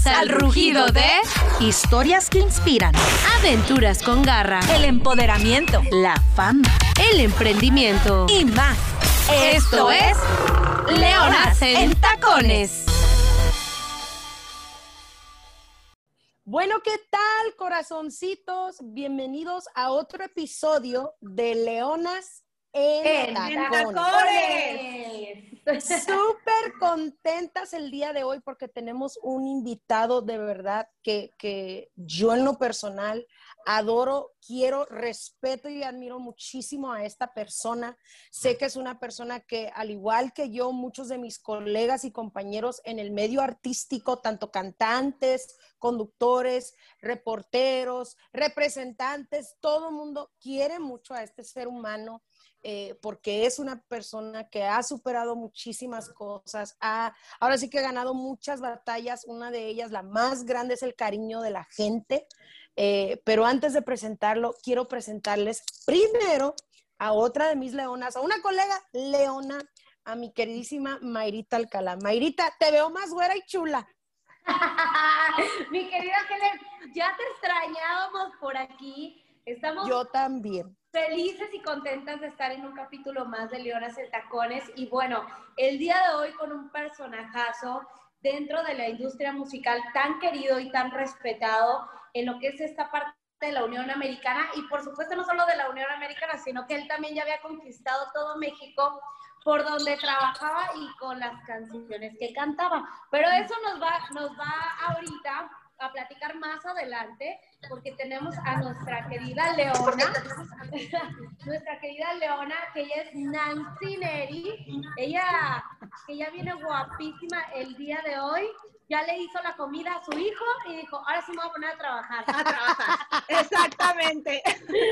Bienvenidos al rugido de historias que inspiran, aventuras con garra, el empoderamiento, la fama, el emprendimiento y más. Esto es Leonas en Tacones. Bueno, ¿qué tal, corazoncitos? Bienvenidos a otro episodio de Leonas en Tacones. Súper contentas el día de hoy porque tenemos un invitado de verdad que yo en lo personal adoro, quiero, respeto y admiro muchísimo a esta persona. Sé que es una persona que, al igual que yo, muchos de mis colegas y compañeros en el medio artístico, tanto cantantes, conductores, reporteros, representantes, todo el mundo quiere mucho a este ser humano. Porque es una persona que ha superado muchísimas cosas, ahora sí que ha ganado muchas batallas, una de ellas, la más grande, es el cariño de la gente, pero antes de presentarlo, quiero presentarles primero a otra de mis leonas, a una colega leona, a mi queridísima Mayrita Alcalá. Mayrita, te veo más güera y chula. Mi querida Helen, ya te extrañábamos por aquí. Estamos Yo también felices y contentas de estar en un capítulo más de Leonas en Tacones. Y bueno, el día de hoy con un personajazo dentro de la industria musical tan querido y tan respetado en lo que es esta parte de la Unión Americana. Y por supuesto no solo de la Unión Americana, sino que él también ya había conquistado todo México por donde trabajaba y con las canciones que cantaba. Pero eso nos va ahorita a platicar más adelante, porque tenemos a nuestra querida Leona, que ella es Nancy Neri, ella viene guapísima el día de hoy, ya le hizo la comida a su hijo y dijo, ahora sí me voy a poner a trabajar. Exactamente.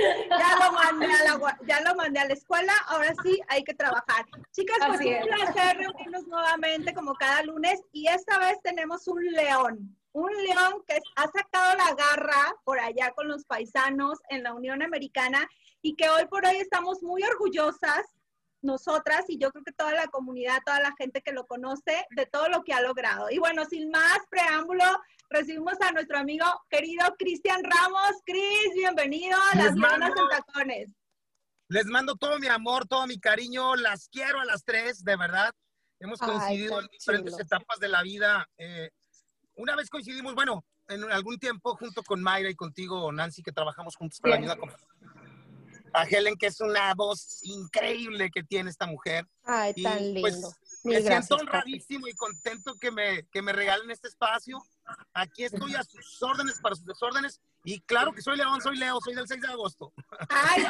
Ya lo mandé a la escuela, ahora sí hay que trabajar. Chicas, pues un placer reunirnos nuevamente como cada lunes, y esta vez tenemos un león que ha sacado la garra por allá con los paisanos en la Unión Americana, y que hoy por hoy estamos muy orgullosas, nosotras, y yo creo que toda la comunidad, toda la gente que lo conoce, de todo lo que ha logrado. Y bueno, sin más preámbulo, recibimos a nuestro amigo querido Cristian Ramos. Cris, bienvenido a las Leonas en Tacones. Les mando todo mi amor, todo mi cariño, las quiero a las tres, de verdad. Hemos coincidido en diferentes etapas de la vida. Una vez coincidimos, bueno, en algún tiempo junto con Mayra y contigo, Nancy, que trabajamos juntos para la ayuda a Helen, que es una voz increíble que tiene esta mujer. Ay, tan lindo. Pues, me siento honradísimo y contento que me regalen este espacio. Aquí estoy a sus órdenes, para sus desórdenes. Y claro que soy León, soy Leo, soy del 6 de agosto. ¡Ay,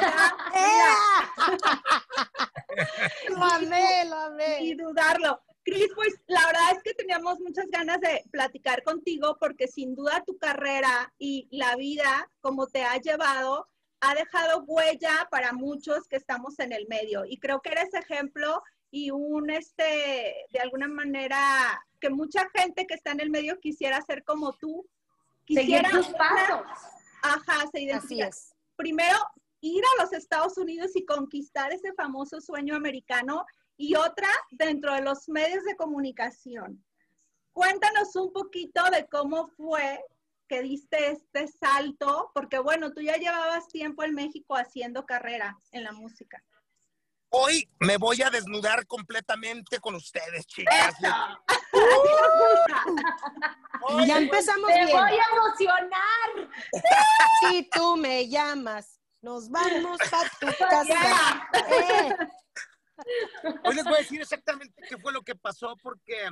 Lo amé. Y dudarlo. Cris, pues la verdad es que teníamos muchas ganas de platicar contigo, porque sin duda tu carrera y la vida, como te ha llevado, ha dejado huella para muchos que estamos en el medio. Y creo que eres ejemplo y de alguna manera, que mucha gente que está en el medio quisiera ser como tú. Seguir tus pasos. Ajá, se identifica. Así es. Primero, ir a los Estados Unidos y conquistar ese famoso sueño americano, y otra, dentro de los medios de comunicación. Cuéntanos un poquito de cómo fue que diste este salto, porque bueno, tú ya llevabas tiempo en México haciendo carrera en la música. Hoy me voy a desnudar completamente con ustedes, chicas. Ya empezamos bien. Te voy a emocionar. Si tú me llamas, nos vamos para tu casa. Hoy les voy a decir exactamente qué fue lo que pasó, porque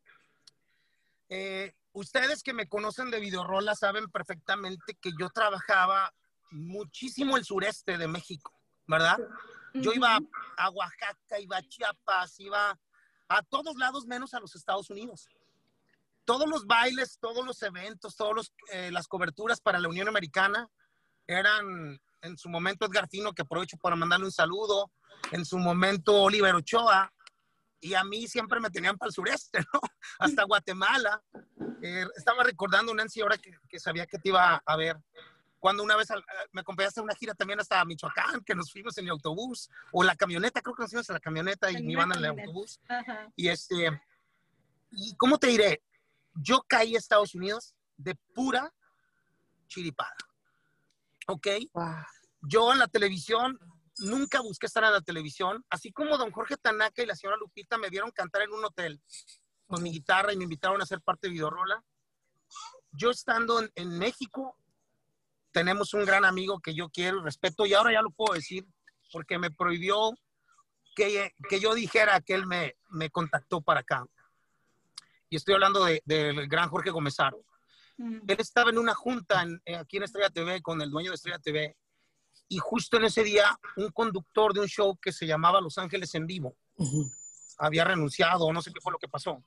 ustedes que me conocen de Videorola saben perfectamente que yo trabajaba muchísimo el sureste de México, ¿verdad? Yo iba a Oaxaca, iba a Chiapas, iba a todos lados menos a los Estados Unidos. Todos los bailes, todos los eventos, las coberturas para la Unión Americana eran, en su momento, Edgar Fino, que aprovecho para mandarle un saludo, en su momento Oliver Ochoa, y a mí siempre me tenían para el sureste, ¿no? Hasta Guatemala. Estaba recordando, Nancy, ahora que sabía que te iba a ver, cuando una vez me acompañaste a una gira también hasta Michoacán, que nos fuimos en el autobús, o la camioneta, creo que nos fuimos en la camioneta y me iban en el autobús. Ajá. Y ¿cómo te diré? yo caí a Estados Unidos de pura chiripada. ¿Ok? Wow. Yo en la televisión, nunca busqué estar en la televisión. Así como don Jorge Tanaka y la señora Lupita me vieron cantar en un hotel con mi guitarra y me invitaron a ser parte de Videorola. Yo estando en México, tenemos un gran amigo que yo quiero y respeto, y ahora ya lo puedo decir, porque me prohibió que yo dijera que él me contactó para acá. Y estoy hablando del gran Jorge Gómezaro. Él estaba en una junta aquí en Estrella TV con el dueño de Estrella TV, y justo en ese día un conductor de un show que se llamaba Los Ángeles en Vivo había renunciado, no sé qué fue lo que pasó,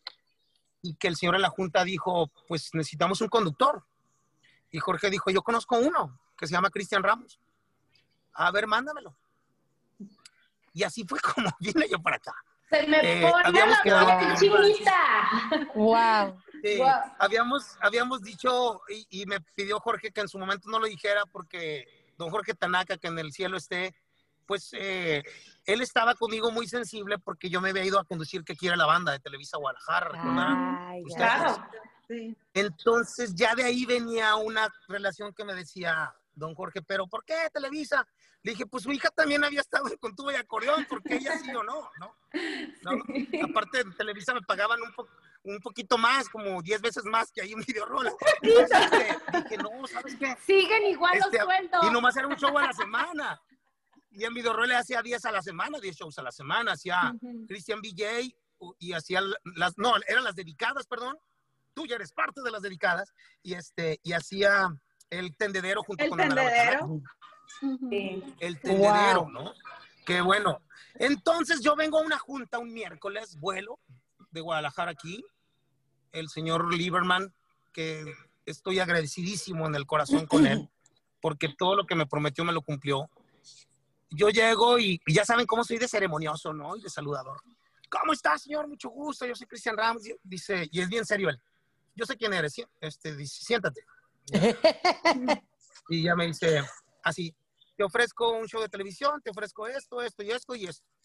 y que el señor en la junta dijo, pues necesitamos un conductor. Y Jorge dijo, yo conozco uno que se llama Cristian Ramos. A ver, mándamelo. Y así fue como vine yo para acá. Se me pone la piel chinita. Wow. Sí, Wow. habíamos dicho, y me pidió Jorge que en su momento no lo dijera, porque don Jorge Tanaka, que en el cielo esté, pues él estaba conmigo muy sensible porque yo me había ido a conducir Que Quiere la Banda de Televisa Guadalajara, ¿recordarán? Claro. Sí. Entonces ya de ahí venía una relación que me decía don Jorge, pero ¿por qué Televisa? Le dije, pues su hija también había estado con tubo y acordeón, porque ella sí o no, ¿no? Aparte en Televisa me pagaban un poquito más, como 10 veces más que ahí en Videorola. Entonces dije, no, ¿sabes qué? Siguen igual los sueldos. Y nomás era un show a la semana. Y en Videorola hacía 10 a la semana, 10 shows a la semana. Hacía Christian BJ y hacía eran las dedicadas, perdón. Tú ya eres parte de las dedicadas. Y hacía el tendedero junto con Ana Laura. El tendedero, wow. ¿No? Qué bueno. Entonces yo vengo a una junta un miércoles, vuelo de Guadalajara aquí. El señor Lieberman, que estoy agradecidísimo en el corazón con él, porque todo lo que me prometió me lo cumplió. Yo llego y ya saben cómo soy de ceremonioso, ¿no? Y de saludador. ¿Cómo está, señor? Mucho gusto. Yo soy Cristian Ramos. Dice, y es bien serio él. Yo sé quién eres. Dice, siéntate. Y ya me dice, así, te ofrezco un show de televisión, te ofrezco esto, esto y esto y esto.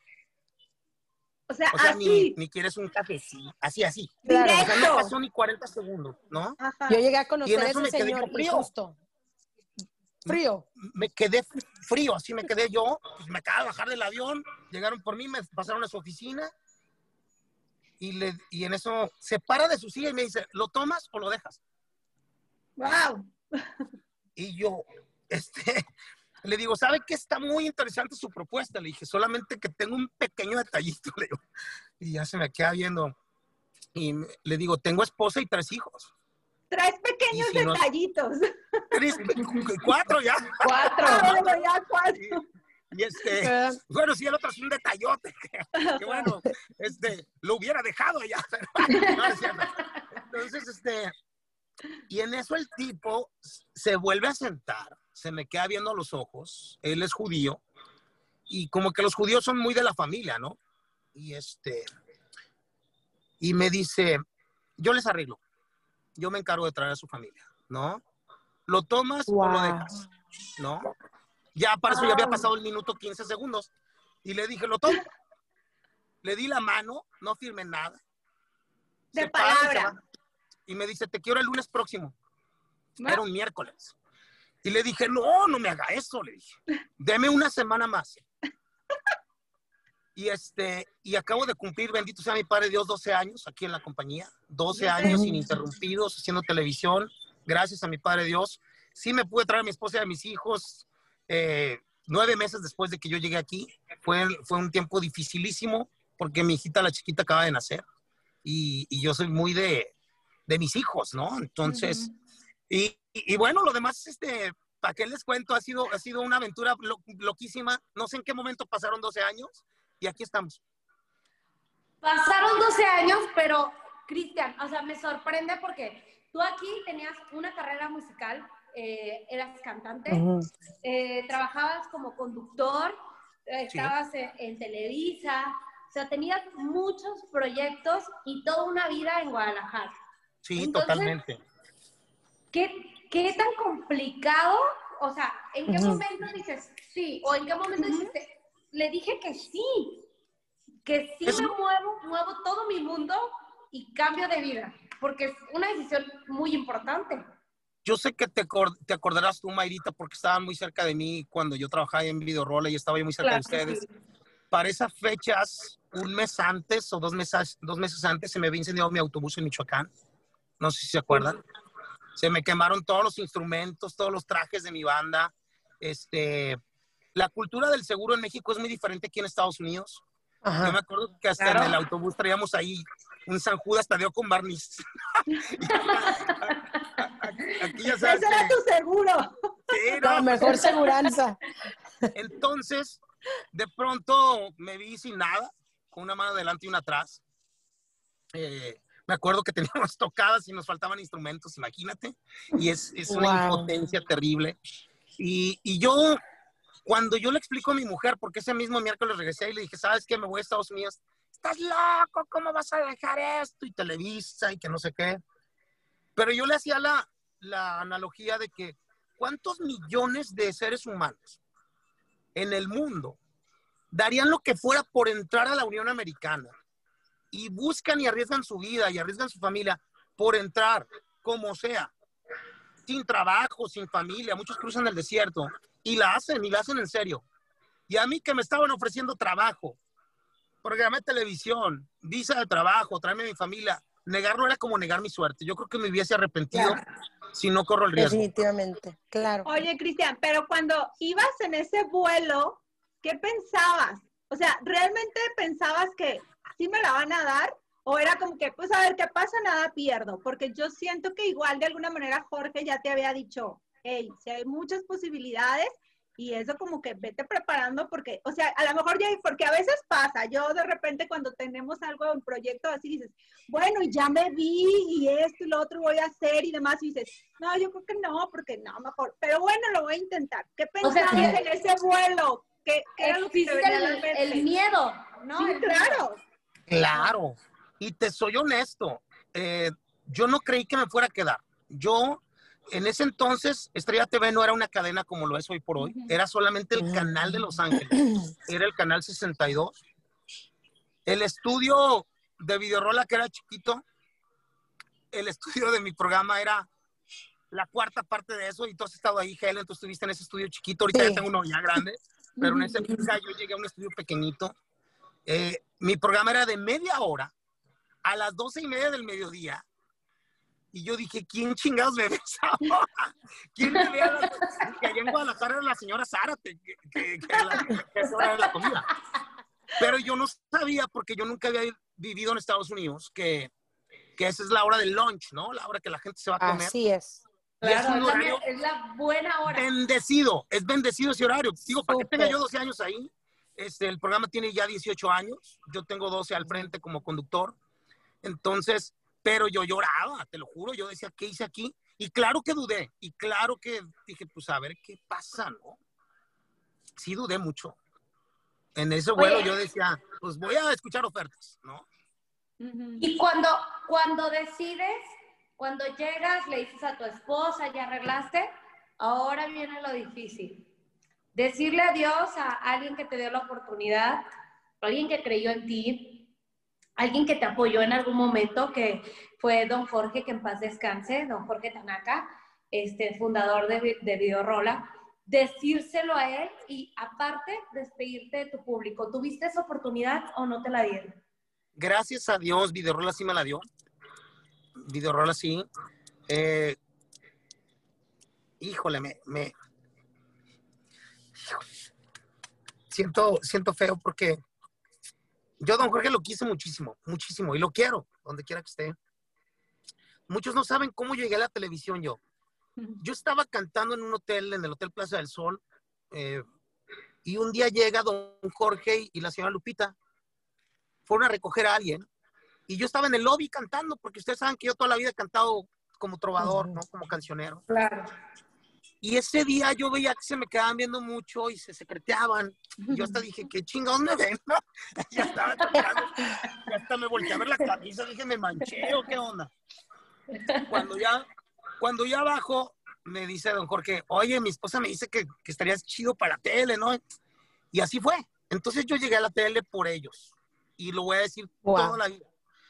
O sea así. Ni quieres un café, sí, así. Claro. O sea, no pasó ni 40 segundos, ¿no? Ajá. Yo llegué a conocer a ese me quedé señor frío. justo. Frío. Me quedé frío, así me quedé yo. Pues me acabo de bajar del avión, llegaron por mí, me pasaron a su oficina y en eso se para de su silla y me dice, ¿lo tomas o lo dejas? ¡Wow! Y yo, le digo, ¿sabe qué? Está muy interesante su propuesta. Le dije, solamente que tengo un pequeño detallito, le digo. Y ya se me queda viendo. Y le digo, tengo esposa y 3 hijos. 3 pequeños detallitos. 4 ya. 4. Bueno, ya 4. Y bueno, sí, el otro es un detallote. Que bueno, lo hubiera dejado ya. Pero, no es cierto. Entonces, y en eso el tipo se vuelve a sentar, se me queda viendo a los ojos, él es judío, y como que los judíos son muy de la familia, ¿no? Y me dice, yo les arreglo, yo me encargo de traer a su familia, ¿no? ¿Lo tomas o lo dejas? ¿No? Ya para eso ya había pasado el minuto 15 segundos, y le dije, lo tomo. Le di la mano, no firmé nada. De palabra. Y me dice, te quiero el lunes próximo. ¿No? Era un miércoles. Y le dije, no me haga eso, le dije. Deme una semana más. Y acabo de cumplir, bendito sea mi Padre Dios, 12 años aquí en la compañía. 12 años ininterrumpidos, haciendo televisión. Gracias a mi Padre Dios. Sí me pude traer a mi esposa y a mis hijos 9 meses después de que yo llegué aquí. Fue un tiempo dificilísimo porque mi hijita, la chiquita, acaba de nacer. Y yo soy muy de mis hijos, ¿no? Entonces, y bueno, lo demás, ¿para qué les cuento? Ha sido una aventura loquísima. No sé en qué momento pasaron 12 años y aquí estamos. Pasaron 12 años, pero, Cristian, o sea, me sorprende porque tú aquí tenías una carrera musical, eras cantante, trabajabas como conductor, estabas en Televisa, o sea, tenías muchos proyectos y toda una vida en Guadalajara. Sí, entonces, totalmente. ¿Qué tan complicado? O sea, ¿en qué momento dices sí? ¿O en qué momento dijiste, le dije que sí me muevo todo mi mundo y cambio de vida? porque es una decisión muy importante. Yo sé que te acordarás tú, Mayrita, porque estaban muy cerca de mí cuando yo trabajaba en Videorola y estaba yo muy cerca de ustedes. Sí. Para esas fechas, un mes antes o dos meses antes, se me había incendiado mi autobús en Michoacán. No sé si se acuerdan. Se me quemaron todos los instrumentos, todos los trajes de mi banda. La cultura del seguro en México es muy diferente aquí en Estados Unidos. Ajá. Yo me acuerdo que hasta en el autobús traíamos ahí un San Judas Tadeo con barniz. Aquí ya sabes. Ese era tu seguro. Sí, La mejor seguranza. Entonces, de pronto me vi sin nada, con una mano adelante y una atrás. Me acuerdo que teníamos tocadas y nos faltaban instrumentos, imagínate. Y es una impotencia terrible. Y yo, cuando yo le explico a mi mujer, porque ese mismo miércoles regresé y le dije, ¿sabes qué? Me voy a Estados Unidos. ¿Estás loco? ¿Cómo vas a dejar esto? Y Televisa y que no sé qué. Pero yo le hacía la analogía de que ¿cuántos millones de seres humanos en el mundo darían lo que fuera por entrar a la Unión Americana? Y buscan y arriesgan su vida y arriesgan su familia por entrar, como sea, sin trabajo, sin familia. Muchos cruzan el desierto y la hacen en serio. Y a mí que me estaban ofreciendo trabajo, programa de televisión, visa de trabajo, tráeme a mi familia, negarlo era como negar mi suerte. Yo creo que me hubiese arrepentido si no corro el riesgo. Definitivamente, claro. Oye, Cristian, pero cuando ibas en ese vuelo, ¿qué pensabas? O sea, ¿realmente pensabas que sí me la van a dar? ¿O era como que, pues a ver, qué pasa? Nada pierdo. Porque yo siento que igual de alguna manera Jorge ya te había dicho, hey, si hay muchas posibilidades, y eso como que vete preparando porque, o sea, a lo mejor ya, porque a veces pasa, yo de repente cuando tenemos algo en proyecto así dices, bueno, y ya me vi, y esto y lo otro voy a hacer y demás, y dices, no, yo creo que no, porque no, mejor, pero bueno, lo voy a intentar. ¿Qué pensabas en ese vuelo? ¿Qué era lo que te venía a la mente? El miedo, ¿no? Sí, claro. Claro. Y te soy honesto, yo no creí que me fuera a quedar. Yo, en ese entonces, Estrella TV no era una cadena como lo es hoy por hoy. Era solamente el canal de Los Ángeles. Era el canal 62. El estudio de Videorola, que era chiquito, el estudio de mi programa era la cuarta parte de eso. Y tú has estado ahí, Helen, tú estuviste en ese estudio chiquito. Ahorita ya tengo uno ya grande. Pero en esa época yo llegué a un estudio pequeñito. Mi programa era de media hora a las 12:30 del mediodía. Y yo dije, ¿quién chingados me ve esa hora? ¿Quién me ve que allá en Guadalajara era la señora Zárate, que esa hora era la comida? Pero yo no sabía, porque yo nunca había vivido en Estados Unidos, que esa es la hora del lunch, ¿no? La hora que la gente se va a comer. Así es. Y es Claro, un horario es la buena hora. bendecido, es bendecido ese horario. Digo, para que Súper. tenga yo 12 años ahí, el programa tiene ya 18 años, yo tengo 12 al frente como conductor. Entonces, pero yo lloraba, te lo juro, yo decía, ¿qué hice aquí? Y claro que dudé, y claro que dije, pues a ver qué pasa, ¿no? Sí dudé mucho. En ese vuelo yo decía, pues voy a escuchar ofertas, ¿no? Y cuando decides, cuando llegas, le dices a tu esposa, ya arreglaste, ahora viene lo difícil. Decirle adiós a alguien que te dio la oportunidad, alguien que creyó en ti, alguien que te apoyó en algún momento, que fue don Jorge, que en paz descanse, don Jorge Tanaka, fundador de Videorola, decírselo a él y aparte despedirte de tu público. ¿Tuviste esa oportunidad o no te la dieron? Gracias a Dios, Videorola sí me la dio. Videorola sí. Híjole, siento feo porque yo a don Jorge lo quise muchísimo, muchísimo, y lo quiero, donde quiera que esté. Muchos no saben cómo llegué a la televisión yo. Yo estaba cantando en un hotel, en el Hotel Plaza del Sol, y un día llega don Jorge y la señora Lupita. Fueron a recoger a alguien, y yo estaba en el lobby cantando, porque ustedes saben que yo toda la vida he cantado como trovador, ¿no? Como cancionero. Claro. Y ese día yo veía que se me quedaban viendo mucho y se secreteaban. Y yo hasta dije, ¿qué chingados me ven? ¿No? Ya estaba tocando, ya hasta me volteé a ver la camisa, dije, ¿me manché o qué onda? Cuando ya bajo, me dice don Jorge, oye, mi esposa me dice que estarías chido para la tele, ¿no? Y así fue. Entonces yo llegué a la tele por ellos. Y lo voy a decir toda la vida.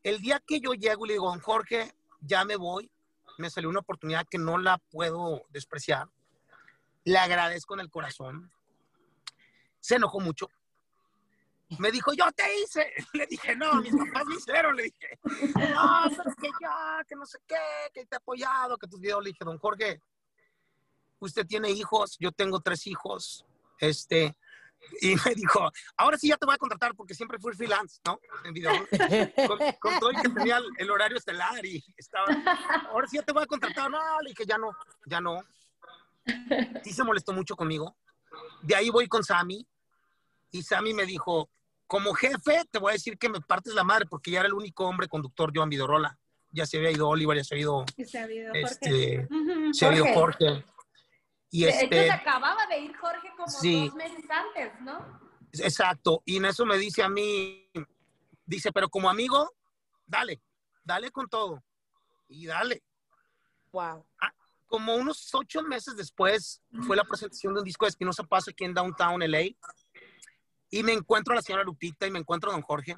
El día que yo llego y le digo, don Jorge, ya me voy, me salió una oportunidad que no la puedo despreciar. Le agradezco en el corazón. Se enojó mucho. Me dijo, yo te hice. Le dije, no, mis papás me hicieron. Le dije, no, pero que ya, que no sé qué, que te he apoyado, que tus videos. Le dije, don Jorge, usted tiene hijos, yo tengo 3 hijos. Y me dijo, ahora sí ya te voy a contratar porque siempre fui freelance, ¿no? En video. Con todo y que tenía el horario estelar y estaba, ahora sí ya te voy a contratar. No, le dije, ya no. Sí se molestó mucho conmigo. De ahí voy con Sammy y Sammy me dijo, como jefe te voy a decir que me partes la madre porque ya era el único hombre conductor yo en Videorola. Ya se había ido Oliver, ya se había ido, Jorge. Se había ido Jorge. Y de hecho, se acababa de ir Jorge como sí, 2 meses antes, ¿no? Exacto. Y en eso me dice a mí, dice, pero como amigo, dale con todo. Y dale. Wow. Como unos 8 meses después fue la presentación de un disco de Espinoza Paz aquí en Downtown LA. Y me encuentro a la señora Lupita y me encuentro a don Jorge.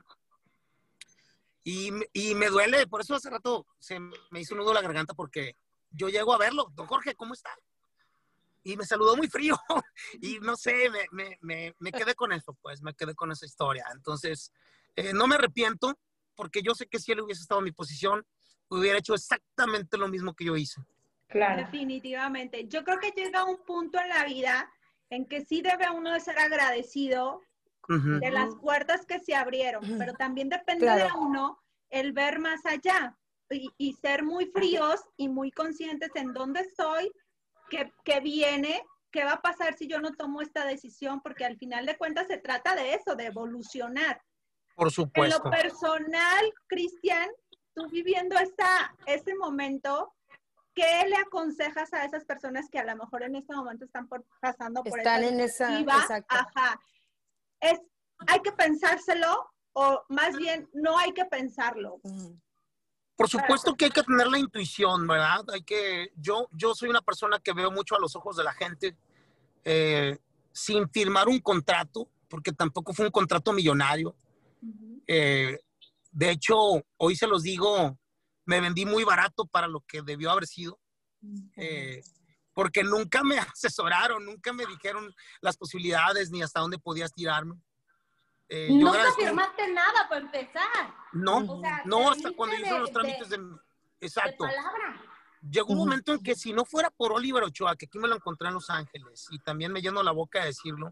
Y me duele, por eso hace rato se me hizo un nudo la garganta porque yo llego a verlo. Don Jorge, ¿cómo está? Y me saludó muy frío y no sé, me quedé con eso, pues, me quedé con esa historia. Entonces, no me arrepiento porque yo sé que si él hubiese estado en mi posición, hubiera hecho exactamente lo mismo que yo hice. Claro. Definitivamente. Yo creo que llega un punto en la vida en que sí debe uno de ser agradecido de las puertas que se abrieron, pero también depende de uno el ver más allá y ser muy fríos y muy conscientes en dónde estoy, qué viene, qué va a pasar si yo no tomo esta decisión, porque al final de cuentas se trata de eso, de evolucionar. Por supuesto. En lo personal, Cristian, tú viviendo ese momento, ¿qué le aconsejas a esas personas que a lo mejor en este momento están pasando por están en esa, exacto. Ajá. ¿Hay que pensárselo o más bien no hay que pensarlo? Por supuesto que hay que tener la intuición, ¿verdad? Yo soy una persona que veo mucho a los ojos de la gente sin firmar un contrato, porque tampoco fue un contrato millonario. De hecho, hoy se los digo, me vendí muy barato para lo que debió haber sido, porque nunca me asesoraron, nunca me dijeron las posibilidades ni hasta dónde podías tirarme. Nunca firmaste nada para empezar. No, o sea, no hasta cuando hizo los trámites exacto. De palabra. Llegó un momento en que si no fuera por Oliver Ochoa, que aquí me lo encontré en Los Ángeles, y también me lleno la boca de decirlo,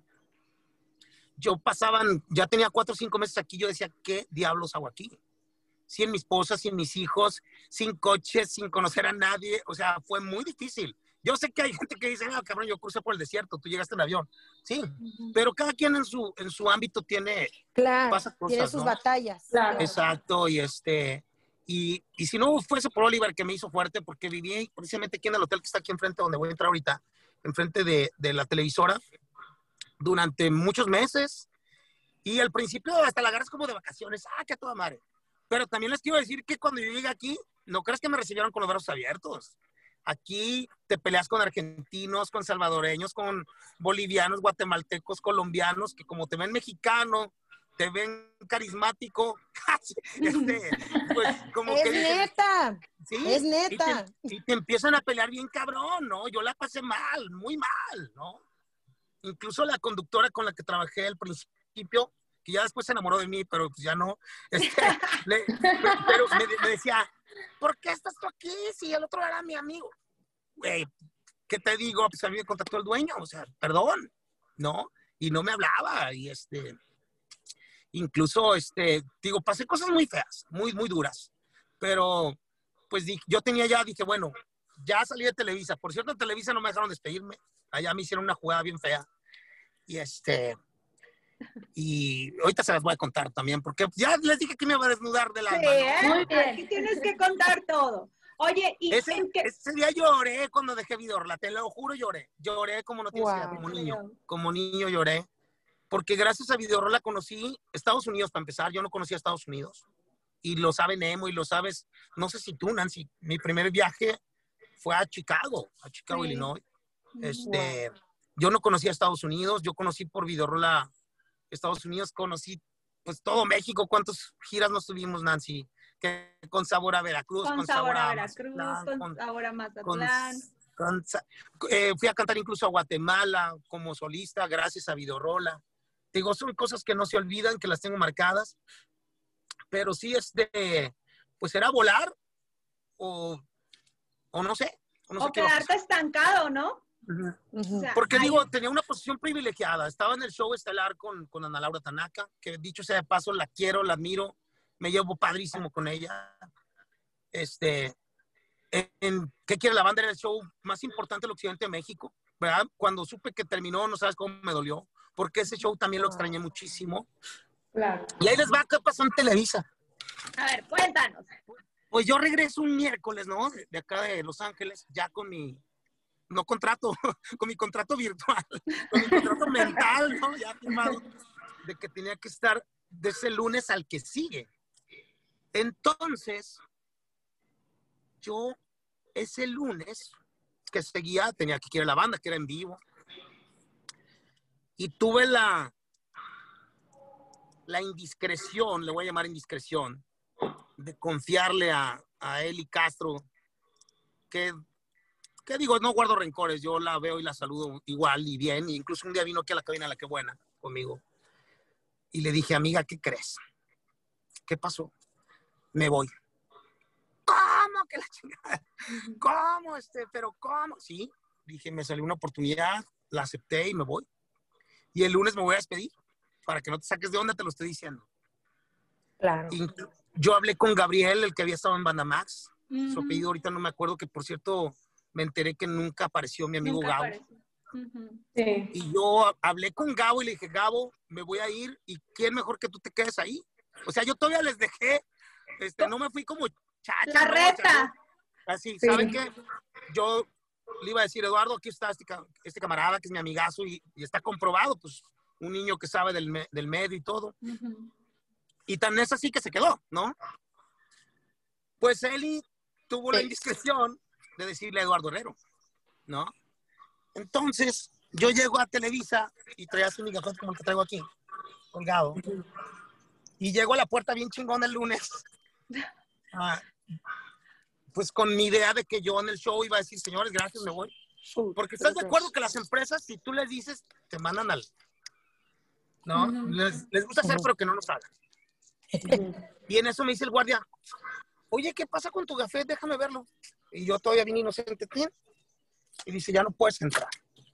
ya tenía 4 o 5 meses aquí, yo decía, ¿qué diablos hago aquí? Sin mi esposa, sin mis hijos, sin coches, sin conocer a nadie, o sea, fue muy difícil. Yo sé que hay gente que dice, no, cabrón, yo crucé por el desierto, tú llegaste en avión. Sí, pero cada quien en su ámbito tiene, pasa cosas, tiene sus batallas. Claro. Exacto, y y si no fuese por Oliver que me hizo fuerte, porque viví precisamente aquí en el hotel que está aquí enfrente, donde voy a entrar ahorita, enfrente de la televisora, durante muchos meses, y al principio hasta la agarras como de vacaciones, que toda madre. Pero también les quiero decir que cuando yo llegué aquí, no creas que me recibieron con los brazos abiertos. Aquí te peleas con argentinos, con salvadoreños, con bolivianos, guatemaltecos, colombianos, que como te ven mexicano, te ven carismático, pues como es que dicen, neta, sí, es neta. Y te empiezan a pelear bien cabrón, ¿no? Yo la pasé mal, muy mal, ¿no? Incluso la conductora con la que trabajé al principio, que ya después se enamoró de mí, pero pues ya no, pero me decía, ¿por qué estás tú aquí si el otro era mi amigo? Güey, ¿qué te digo? Pues a mí me contactó el dueño, o sea, perdón, ¿no? Y no me hablaba, y incluso, digo, pasé cosas muy feas, muy, muy duras, pero pues yo dije, bueno, ya salí de Televisa. Por cierto, en Televisa no me dejaron despedirme, allá me hicieron una jugada bien fea, y ahorita se las voy a contar también, porque ya les dije que me iba a desnudar del alma. Sí, Muy bien. Aquí tienes que contar todo. Oye, y ese día lloré cuando dejé Videorola, te lo juro, lloré como no tienes idea, como niño lloré, porque gracias a Videorola conocí Estados Unidos para empezar. Yo no conocía Estados Unidos, y lo sabe Nemo, y lo sabes, no sé si tú, Nancy, mi primer viaje fue a Chicago, Illinois. Yo no conocía Estados Unidos, yo conocí por Videorola Estados Unidos, conocí pues todo México. ¿Cuántas giras nos tuvimos, Nancy? que con sabor a Veracruz, Con sabor a Mazatlán, Veracruz, con sabor a con- Mazatlán. fui a cantar incluso a Guatemala como solista, gracias a Videorola. Digo, son cosas que no se olvidan, que las tengo marcadas, pero sí, pues era volar o no sé. O no sé O qué iba a quedarte pasar. estancado, ¿no? Ujú. O sea, Porque ahí- digo, tenía una posición privilegiada. Estaba en el show estelar con Ana Laura Tanaka, que dicho sea de paso, la quiero, la admiro, me llevo padrísimo con ella. ¿Qué quiere la banda? Era el show más importante del occidente de México, ¿verdad? Cuando supe que terminó, no sabes cómo me dolió, porque ese show también lo extrañé muchísimo. Claro. Y ahí les va, ¿qué pasó en Televisa? A ver, cuéntanos. Pues yo regreso un miércoles, ¿no? De acá de Los Ángeles, ya con no contrato, con mi contrato virtual, con mi contrato mental, ¿no? Ya firmado, de que tenía que estar de ese lunes al que sigue. Entonces, yo ese lunes que seguía, tenía que ir a la banda, que era en vivo, y tuve la indiscreción, le voy a llamar indiscreción, de confiarle a Eli Castro, que digo, no guardo rencores, yo la veo y la saludo igual y bien, y incluso un día vino aquí a la cabina La Que Buena conmigo, y le dije, amiga, ¿qué crees? ¿Qué pasó? Me voy. ¿Cómo que la chingada? ¿Cómo? ¿Pero cómo? Sí, dije, me salió una oportunidad, la acepté y me voy. Y el lunes me voy a despedir, para que no te saques de onda, te lo estoy diciendo. Claro. Y yo hablé con Gabriel, el que había estado en Bandamax, su Ujú. apellido ahorita no me acuerdo, que por cierto me enteré que nunca apareció mi amigo Nunca Gabo. apareció. Ujú. Sí. Y yo hablé con Gabo y le dije, Gabo, me voy a ir y ¿quién mejor que tú te quedes ahí? O sea, yo todavía les dejé, no me fui como chacha. La ¿no? reta. O sea, así, Sí. ¿saben qué? Yo le iba a decir, Eduardo, aquí está este camarada que es mi amigazo y está comprobado, pues un niño que sabe del medio y todo. Ujú. Y tan es así que se quedó, ¿no? Pues Eli tuvo la indiscreción de decirle a Eduardo Herrero, ¿no? Entonces, yo llego a Televisa y traía así mi cajón como el que traigo aquí, colgado. Y llego a la puerta bien chingón el lunes. Pues con mi idea de que yo en el show iba a decir, señores, gracias, me voy. Porque estás de acuerdo que las empresas, si tú les dices, te mandan ¿no? Les gusta hacer, pero que no nos hagan. Y en eso me dice el guardia, oye, ¿qué pasa con tu gafet? Déjame verlo. Y yo todavía bien inocente. Y dice, ya no puedes entrar.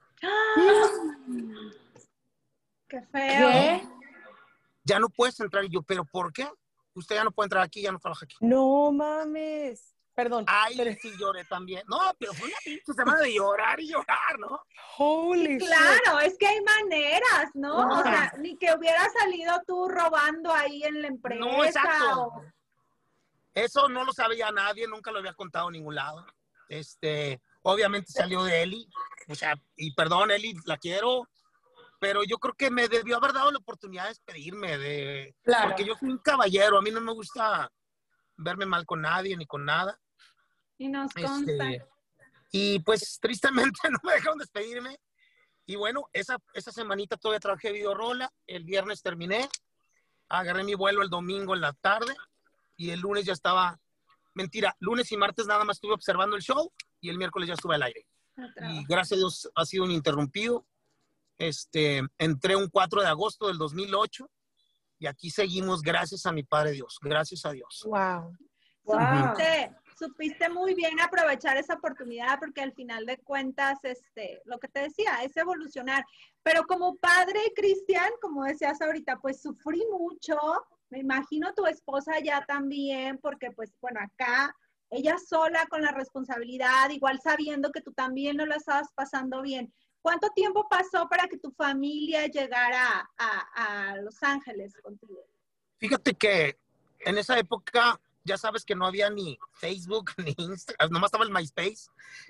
Qué feo. ¿Qué? Ya no puedes entrar. Y yo, ¿pero por qué? Usted ya no puede entrar aquí, ya no trabaja aquí. No mames. Perdón. Ay, sí lloré también. No, pero fue una pinche semana de llorar y llorar, ¿no? Holy shit. Claro, es que hay maneras, ¿no? No. O sea, ni que hubieras salido tú robando ahí en la empresa. No, exacto. o- Eso no lo sabía nadie, nunca lo había contado en ningún lado. Obviamente salió de Eli, o sea, y perdón, Eli, la quiero, pero yo creo que me debió haber dado la oportunidad de despedirme, Claro. porque yo soy un caballero, a mí no me gusta verme mal con nadie ni con nada. Y nos consta. Y pues tristemente no me dejaron despedirme. Y bueno, esa semanita todavía trabajé Videorola, el viernes terminé, agarré mi vuelo el domingo en la tarde y el lunes ya estaba, mentira, lunes y martes nada más estuve observando el show y el miércoles ya estuve al aire. Y gracias a Dios ha sido ininterrumpido. Entré un 4 de agosto del 2008 y aquí seguimos gracias a mi Padre Dios, gracias a Dios. Wow. Wow. Supiste muy bien aprovechar esa oportunidad porque al final de cuentas, lo que te decía, es evolucionar. Pero como padre, Cristian, como decías ahorita, pues sufrí mucho. Me imagino tu esposa ya también, porque pues bueno, acá ella sola con la responsabilidad, igual sabiendo que tú también no la estabas pasando bien. ¿Cuánto tiempo pasó para que tu familia llegara a Los Ángeles contigo? Fíjate que en esa época ya sabes que no había ni Facebook ni Instagram, nomás estaba el MySpace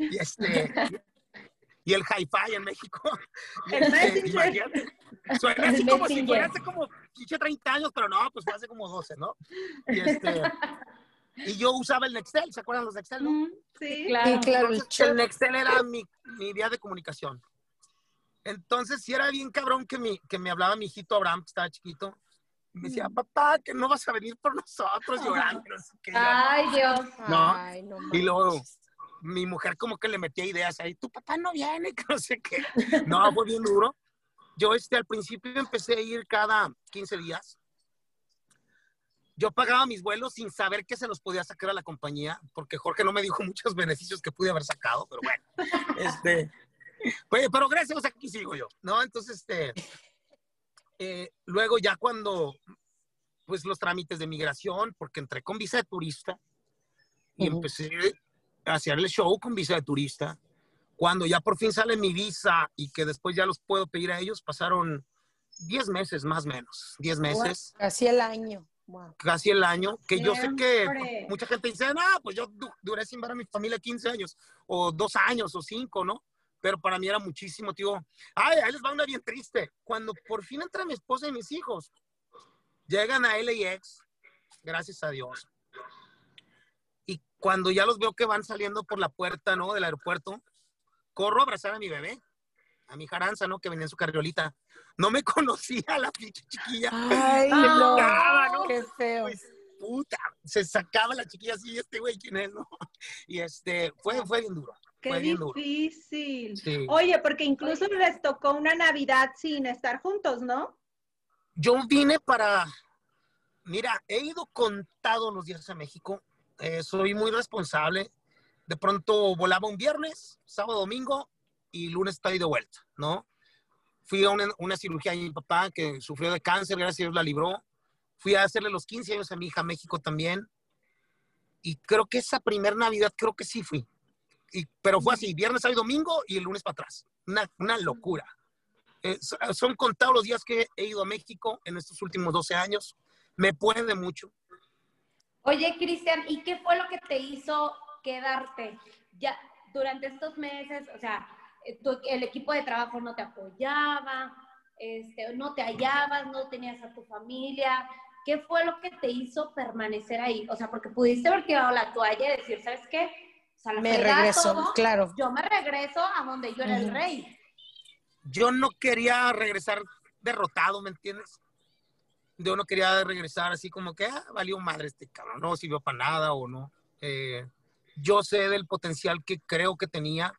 y el Hi-Fi en México. El Messenger. Imagínate. Suena así El como si Messenger. fuera hace como 30 años, pero no, pues fue hace como 12, ¿no? Y yo usaba el Nextel, ¿se acuerdan los Nextel, no? Sí. Claro. Y claro, el Entonces, el chat. Nextel era mi vía de comunicación. Entonces, sí era bien cabrón que me hablaba mi hijito Abraham, que estaba chiquito, Me decía, papá, que no vas a venir por nosotros, llorando. No sé qué. Ay, Dios. ¿No? Ay, no Y luego manches. mi mujer como que le metía ideas ahí, tu papá no viene, que no sé qué. No, fue bien duro. Yo al principio empecé a ir cada 15 días. Yo pagaba mis vuelos sin saber que se los podía sacar a la compañía, porque Jorge no me dijo muchos beneficios que pude haber sacado, pero bueno. Pues, pero gracias, aquí sigo yo, ¿no? Entonces, luego ya cuando, pues los trámites de migración, porque entré con visa de turista y empecé a hacer el show con visa de turista. Cuando ya por fin sale mi visa y que después ya los puedo pedir a ellos, pasaron 10 meses más o menos, 10 meses. Casi el año. Wow. Casi el año, que yo sé que Siempre. mucha gente dice, no, pues yo duré sin ver a mi familia 15 años, o 2 años, o 5, ¿no? Pero para mí era muchísimo, tío. Ay, ahí les va una bien triste. Cuando por fin entra mi esposa y mis hijos, llegan a LAX, gracias a Dios. Y cuando ya los veo que van saliendo por la puerta, ¿no? Del aeropuerto, corro a abrazar a mi bebé, a mi Jaranza, ¿no? Que venía en su carriolita. No me conocía la pinche chiquilla. Ay, Se no. sacaba, ¿no? Qué feo. Pues, puta, se sacaba la chiquilla así, güey, ¿quién es, no? Y fue bien duro. Qué Fue bien duro. difícil. Sí. Oye, porque incluso les tocó una Navidad sin estar juntos, ¿no? Yo vine mira, he ido contados los días a México. Soy muy responsable. De pronto volaba un viernes, sábado, domingo y lunes estoy de vuelta, ¿no? Fui a una cirugía a mi papá que sufrió de cáncer, gracias a Dios la libró. Fui a hacerle los 15 años a mi hija a México también. Y creo que esa primer Navidad, creo que sí fui. Pero fue así, viernes, sábado y domingo y el lunes para atrás. Una locura. Son contados los días que he ido a México en estos últimos 12 años. Me puede mucho. Oye, Cristian, ¿y qué fue lo que te hizo quedarte ya durante estos meses? O sea, el equipo de trabajo no te apoyaba, no te hallabas, no tenías a tu familia. ¿Qué fue lo que te hizo permanecer ahí? O sea, porque pudiste haber tirado la toalla y decir, ¿sabes qué? O sea, Me regreso, todo, claro. yo me regreso a donde yo era el rey. Yo no quería regresar derrotado, ¿me entiendes? Yo no quería regresar así como que valió madre este cabrón, no sirvió para nada o no. Yo sé del potencial que creo que tenía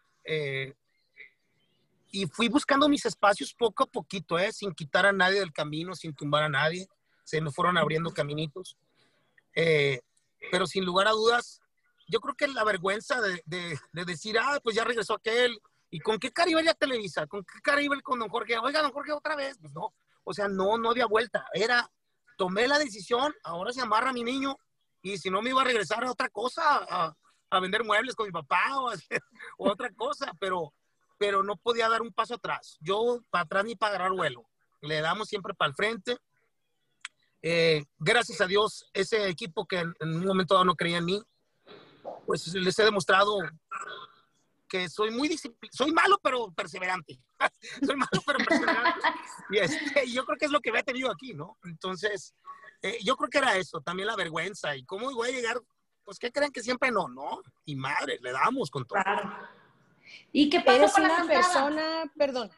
y fui buscando mis espacios poco a poquito, sin quitar a nadie del camino, sin tumbar a nadie. Se me fueron abriendo caminitos. Pero sin lugar a dudas, yo creo que la vergüenza de decir, pues ya regresó aquel. ¿Y con qué cara iba a Televisa? ¿Con qué cara iba con don Jorge? Oiga, don Jorge, otra vez. Pues no. O sea, no había vuelta. Tomé la decisión, ahora se amarra mi niño. Y si no me iba a regresar a otra cosa, a vender muebles con mi papá o otra cosa. Pero no podía dar un paso atrás. Yo para atrás ni para agarrar vuelo. Le damos siempre para el frente. Gracias a Dios, ese equipo que en un momento dado no creía en mí, pues les he demostrado que soy soy malo pero perseverante. Soy malo pero perseverante. Y yo creo que es lo que me ha tenido aquí, ¿no? Entonces, yo creo que era eso, también la vergüenza. ¿Y cómo voy a llegar? Pues, ¿qué creen que siempre no? Y madre, le damos con todo. Claro. ¿Y qué pasó Eres con la una cantada? persona, perdón.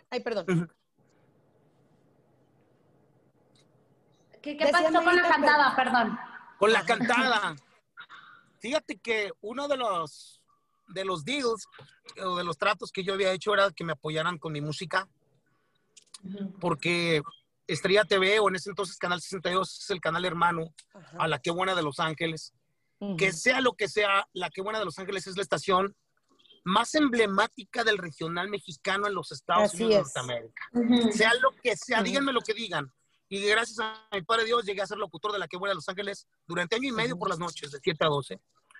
¿Qué pasó con la cantada? Perdón. Con la cantada. Fíjate que uno de los deals o de los tratos que yo había hecho era que me apoyaran con mi música, porque Estrella TV, o en ese entonces Canal 62, es el canal hermano a La Qué Buena de Los Ángeles. Que sea lo que sea, La Qué Buena de Los Ángeles es la estación más emblemática del regional mexicano en los Estados Unidos de Norteamérica. Sea lo que sea, díganme lo que digan. Y gracias a mi padre Dios llegué a ser locutor de La Qué Buena de Los Ángeles durante año y medio por las noches, de 7 a 12.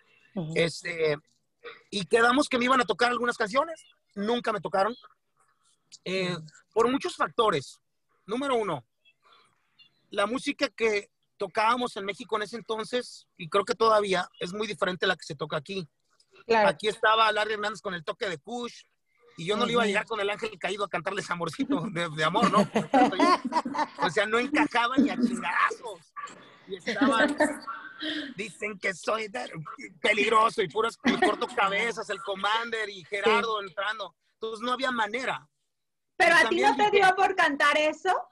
Y quedamos que me iban a tocar algunas canciones. Nunca me tocaron. Por muchos factores. Número uno, la música que tocábamos en México en ese entonces, y creo que todavía, es muy diferente a la que se toca aquí. Claro. Aquí estaba Larry Hernández con el toque de Kush, y yo no le iba a llegar con el ángel caído a cantarles amorcito de amor, ¿no? O sea, no encajaba ni a chingadazos. Y estaban, dicen que soy peligroso y puros cortocabezas, el Commander y Gerardo entrando. Entonces no había manera. ¿Pero a ti no te dio por cantar eso?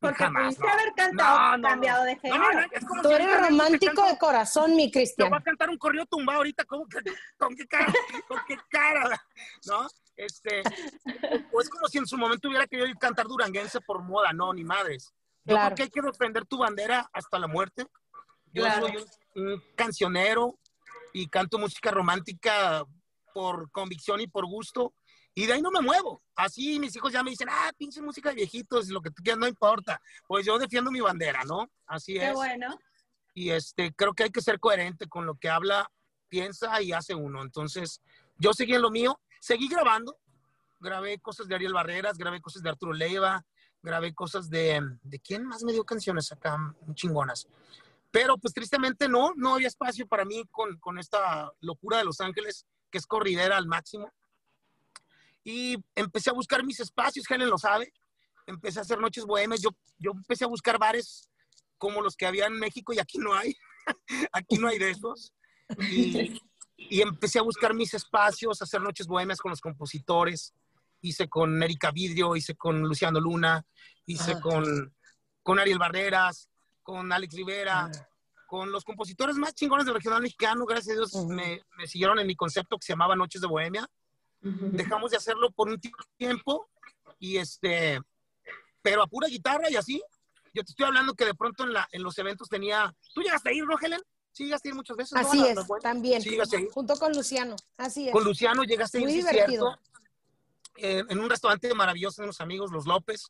Porque jamás, pudiste haber cantado, no. cambiado de género. Es como Tú si eres ahorita romántico de corazón, mi te Cristian. voy a cantar un corrido tumbado ahorita, ¿con qué cara? ¿Con qué cara? ¿No? O es como si en su momento hubiera querido ir cantar duranguense por moda, no, ni madres. Yo Claro. creo que hay que defender tu bandera hasta la muerte. Yo Claro. soy un cancionero y canto música romántica por convicción y por gusto, y de ahí no me muevo. Así mis hijos ya me dicen, pinche música de viejitos, lo que tú quieras, no importa. Pues yo defiendo mi bandera, ¿no? Así Qué es. bueno. Y creo que hay que ser coherente con lo que habla, piensa y hace uno. Entonces, yo seguí en lo mío, seguí grabando, grabé cosas de Ariel Barreras, grabé cosas de Arturo Leiva, grabé cosas ¿de quién más me dio canciones acá chingonas? Pero pues tristemente no había espacio para mí con esta locura de Los Ángeles, que es corridera al máximo. Y empecé a buscar mis espacios, Helen lo sabe. Empecé a hacer noches bohemias. Yo empecé a buscar bares como los que había en México y aquí no hay. Aquí no hay de esos. Y empecé a buscar mis espacios, a hacer noches bohemias con los compositores. Hice con Erika Vidrio, hice con Luciano Luna, hice con Ariel Barreras, con Alex Rivera, con los compositores más chingones del regional mexicano. Gracias a Dios me siguieron en mi concepto que se llamaba Noches de Bohemia. Dejamos de hacerlo por un tiempo y pero a pura guitarra y así. Yo te estoy hablando que de pronto en los eventos tenía... ¿Tú llegaste a ir, no, Helen? Sí, llegaste a ir muchas veces, ¿no? Así es, Bueno, también. sí, llegaste a ir. Junto con Luciano, así es. Con Luciano llegaste a ir, muy sí, divertido. cierto. En un restaurante maravilloso de unos amigos, Los López.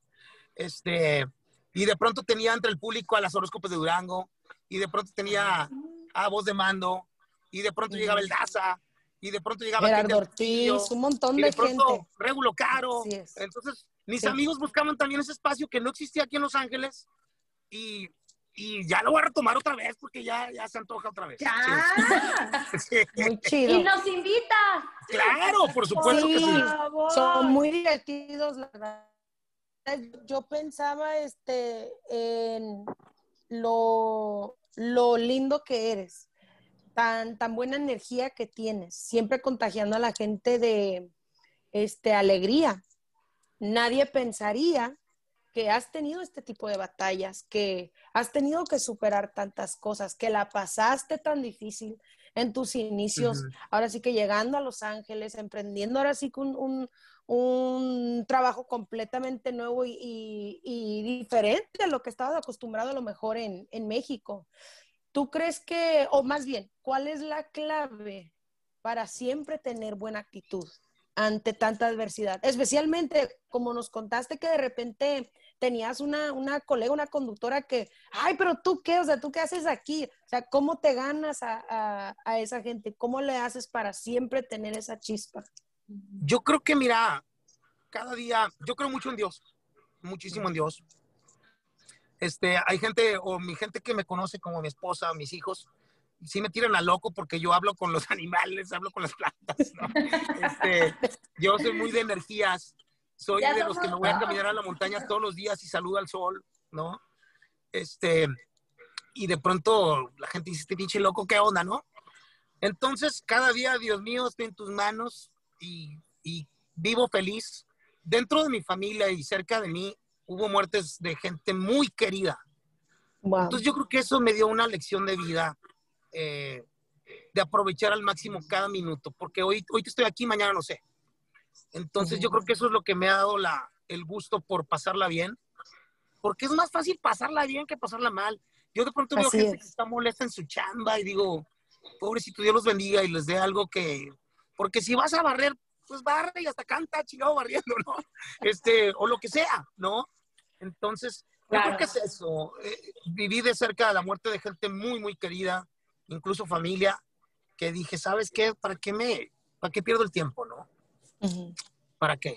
Y de pronto tenía entre el público a las Horóscopos de Durango, y de pronto tenía a Voz de Mando, y de pronto llegaba el Daza, y de pronto llegaba Gerardo Ortiz, un montón y de de pronto gente. Régulo Caro. Así es. Entonces, mis amigos buscaban también ese espacio que no existía aquí en Los Ángeles, y ya lo voy a retomar otra vez porque ya se antoja otra vez. ¡Ya! Sí. Muy chido. Y nos invita. Claro, por supuesto que sí. Son muy divertidos, la verdad. Yo pensaba en lo lindo que eres, tan buena energía que tienes, siempre contagiando a la gente de alegría. Nadie pensaría que has tenido este tipo de batallas, que has tenido que superar tantas cosas, que la pasaste tan difícil en tus inicios, ahora sí que llegando a Los Ángeles, emprendiendo ahora sí que un trabajo completamente nuevo y diferente a lo que estabas acostumbrado a lo mejor en México. ¿Tú crees que, o más bien, cuál es la clave para siempre tener buena actitud ante tanta adversidad? Especialmente, como nos contaste que de repente tenías una colega, una conductora que, ay, pero ¿tú qué? O sea, ¿tú qué haces aquí? O sea, ¿cómo te ganas a esa gente? ¿Cómo le haces para siempre tener esa chispa? Yo creo que, mira, cada día, yo creo mucho en Dios, muchísimo en Dios. Hay gente, o mi gente que me conoce como mi esposa, mis hijos, sí me tiran a loco porque yo hablo con los animales, hablo con las plantas, ¿no? Yo soy muy de energías, soy de los que me voy a caminar a la montaña todos los días y saludo al sol, ¿no? Y de pronto la gente dice, este pinche loco, ¿qué onda, no? Entonces, cada día, Dios mío, estoy en tus manos y vivo feliz. Dentro de mi familia y cerca de mí hubo muertes de gente muy querida. Wow. Entonces yo creo que eso me dio una lección de vida, de aprovechar al máximo cada minuto, porque hoy te estoy aquí, mañana no sé. Entonces yo creo que eso es lo que me ha dado el gusto por pasarla bien, porque es más fácil pasarla bien que pasarla mal. Yo de pronto veo gente que está molesta en su chamba y digo, pobrecito, Dios los bendiga y les dé algo porque si vas a barrer, pues barre y hasta canta, chingado, barriendo, ¿no? O lo que sea, ¿no? Entonces, yo creo que es eso. Viví de cerca la muerte de gente muy, muy querida, incluso familia, que dije, ¿sabes qué? ¿Para qué pierdo el tiempo, no? ¿Para qué?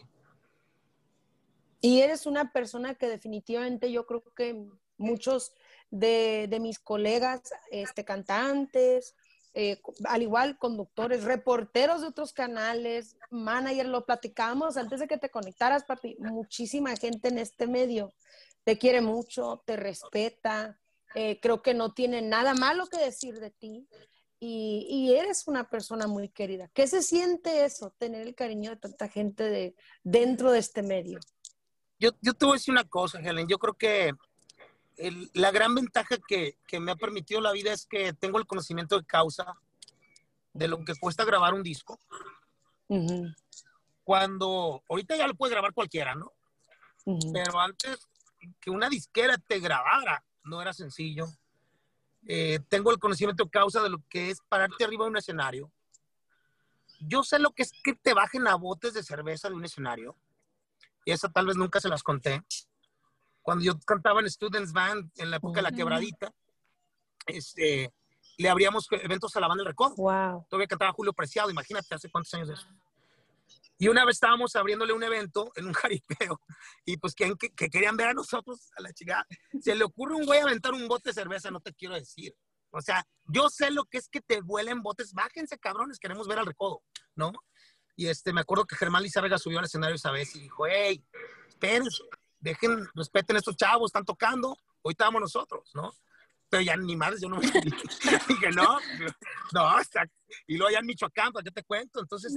Y eres una persona que definitivamente yo creo que muchos de mis colegas, cantantes, al igual conductores, reporteros de otros canales, manager, lo platicamos antes de que te conectaras, papi. Muchísima gente en este medio te quiere mucho, te respeta, creo que no tiene nada malo que decir de ti y eres una persona muy querida. ¿Qué se siente eso, tener el cariño de tanta gente dentro de este medio? Yo te voy a decir una cosa, Helen. Yo creo que La gran ventaja que me ha permitido la vida es que tengo el conocimiento de causa de lo que cuesta grabar un disco. Cuando, ahorita ya lo puede grabar cualquiera, ¿no? Pero antes que una disquera te grabara, no era sencillo. Tengo el conocimiento de causa de lo que es pararte arriba de un escenario. Yo sé lo que es que te bajen a botes de cerveza de un escenario. Y esa tal vez nunca se las conté. Cuando yo cantaba en Students Band, en la época de La Quebradita, le abríamos eventos a la banda El Recodo. Wow. Todavía cantaba Julio Preciado, imagínate, hace cuántos años de eso. Y una vez estábamos abriéndole un evento en un jaripeo y pues que querían ver a nosotros, a la chica. Se le ocurre un güey aventar un bote de cerveza, no te quiero decir. O sea, yo sé lo que es que te vuelen botes. Bájense, cabrones, queremos ver al Recodo, ¿no? Y me acuerdo que Germán Lizárraga subió al escenario esa vez y dijo, hey, espérense, respeten a estos chavos, están tocando, ahorita vamos nosotros, ¿no? Pero ya ni madres, yo no me dije, no, y luego allá en Michoacán, ¿para qué te cuento? Entonces,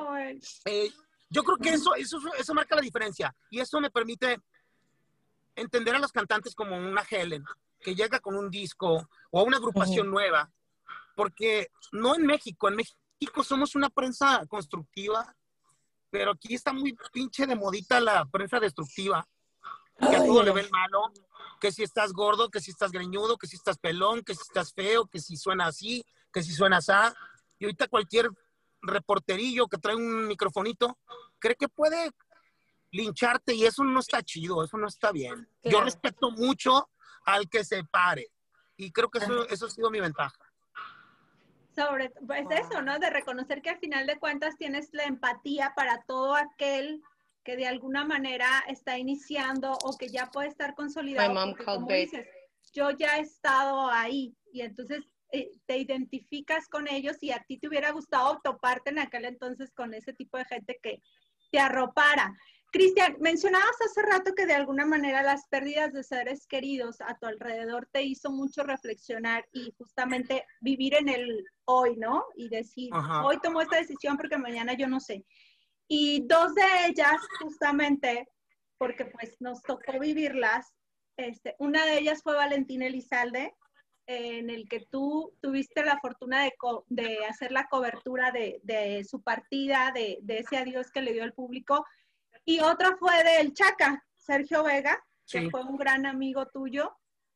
yo creo que eso marca la diferencia y eso me permite entender a los cantantes como una Helen, que llega con un disco o una agrupación nueva, porque no en México somos una prensa constructiva, pero aquí está muy pinche de modita la prensa destructiva, que a todo le ven malo, que si estás gordo, que si estás greñudo, que si estás pelón, que si estás feo, que si suena así, que si suena así. Y ahorita cualquier reporterillo que trae un microfonito cree que puede lincharte y eso no está chido, eso no está bien. Claro. Yo respeto mucho al que se pare y creo que eso ha sido mi ventaja. Sobre pues eso, ¿no? De reconocer que al final de cuentas tienes la empatía para todo aquel que de alguna manera está iniciando o que ya puede estar consolidado. Porque, como dices, yo ya he estado ahí y entonces te identificas con ellos y a ti te hubiera gustado toparte en aquel entonces con ese tipo de gente que te arropara. Cristian, mencionabas hace rato que de alguna manera las pérdidas de seres queridos a tu alrededor te hizo mucho reflexionar y justamente vivir en el hoy, ¿no? Y decir, hoy tomo esta decisión porque mañana yo no sé. Y dos de ellas, justamente, porque pues nos tocó vivirlas, una de ellas fue Valentina Elizalde, en el que tú tuviste la fortuna de hacer la cobertura de su partida, de ese adiós que le dio al público. Y otra fue del Chaca, Sergio Vega, que fue un gran amigo tuyo.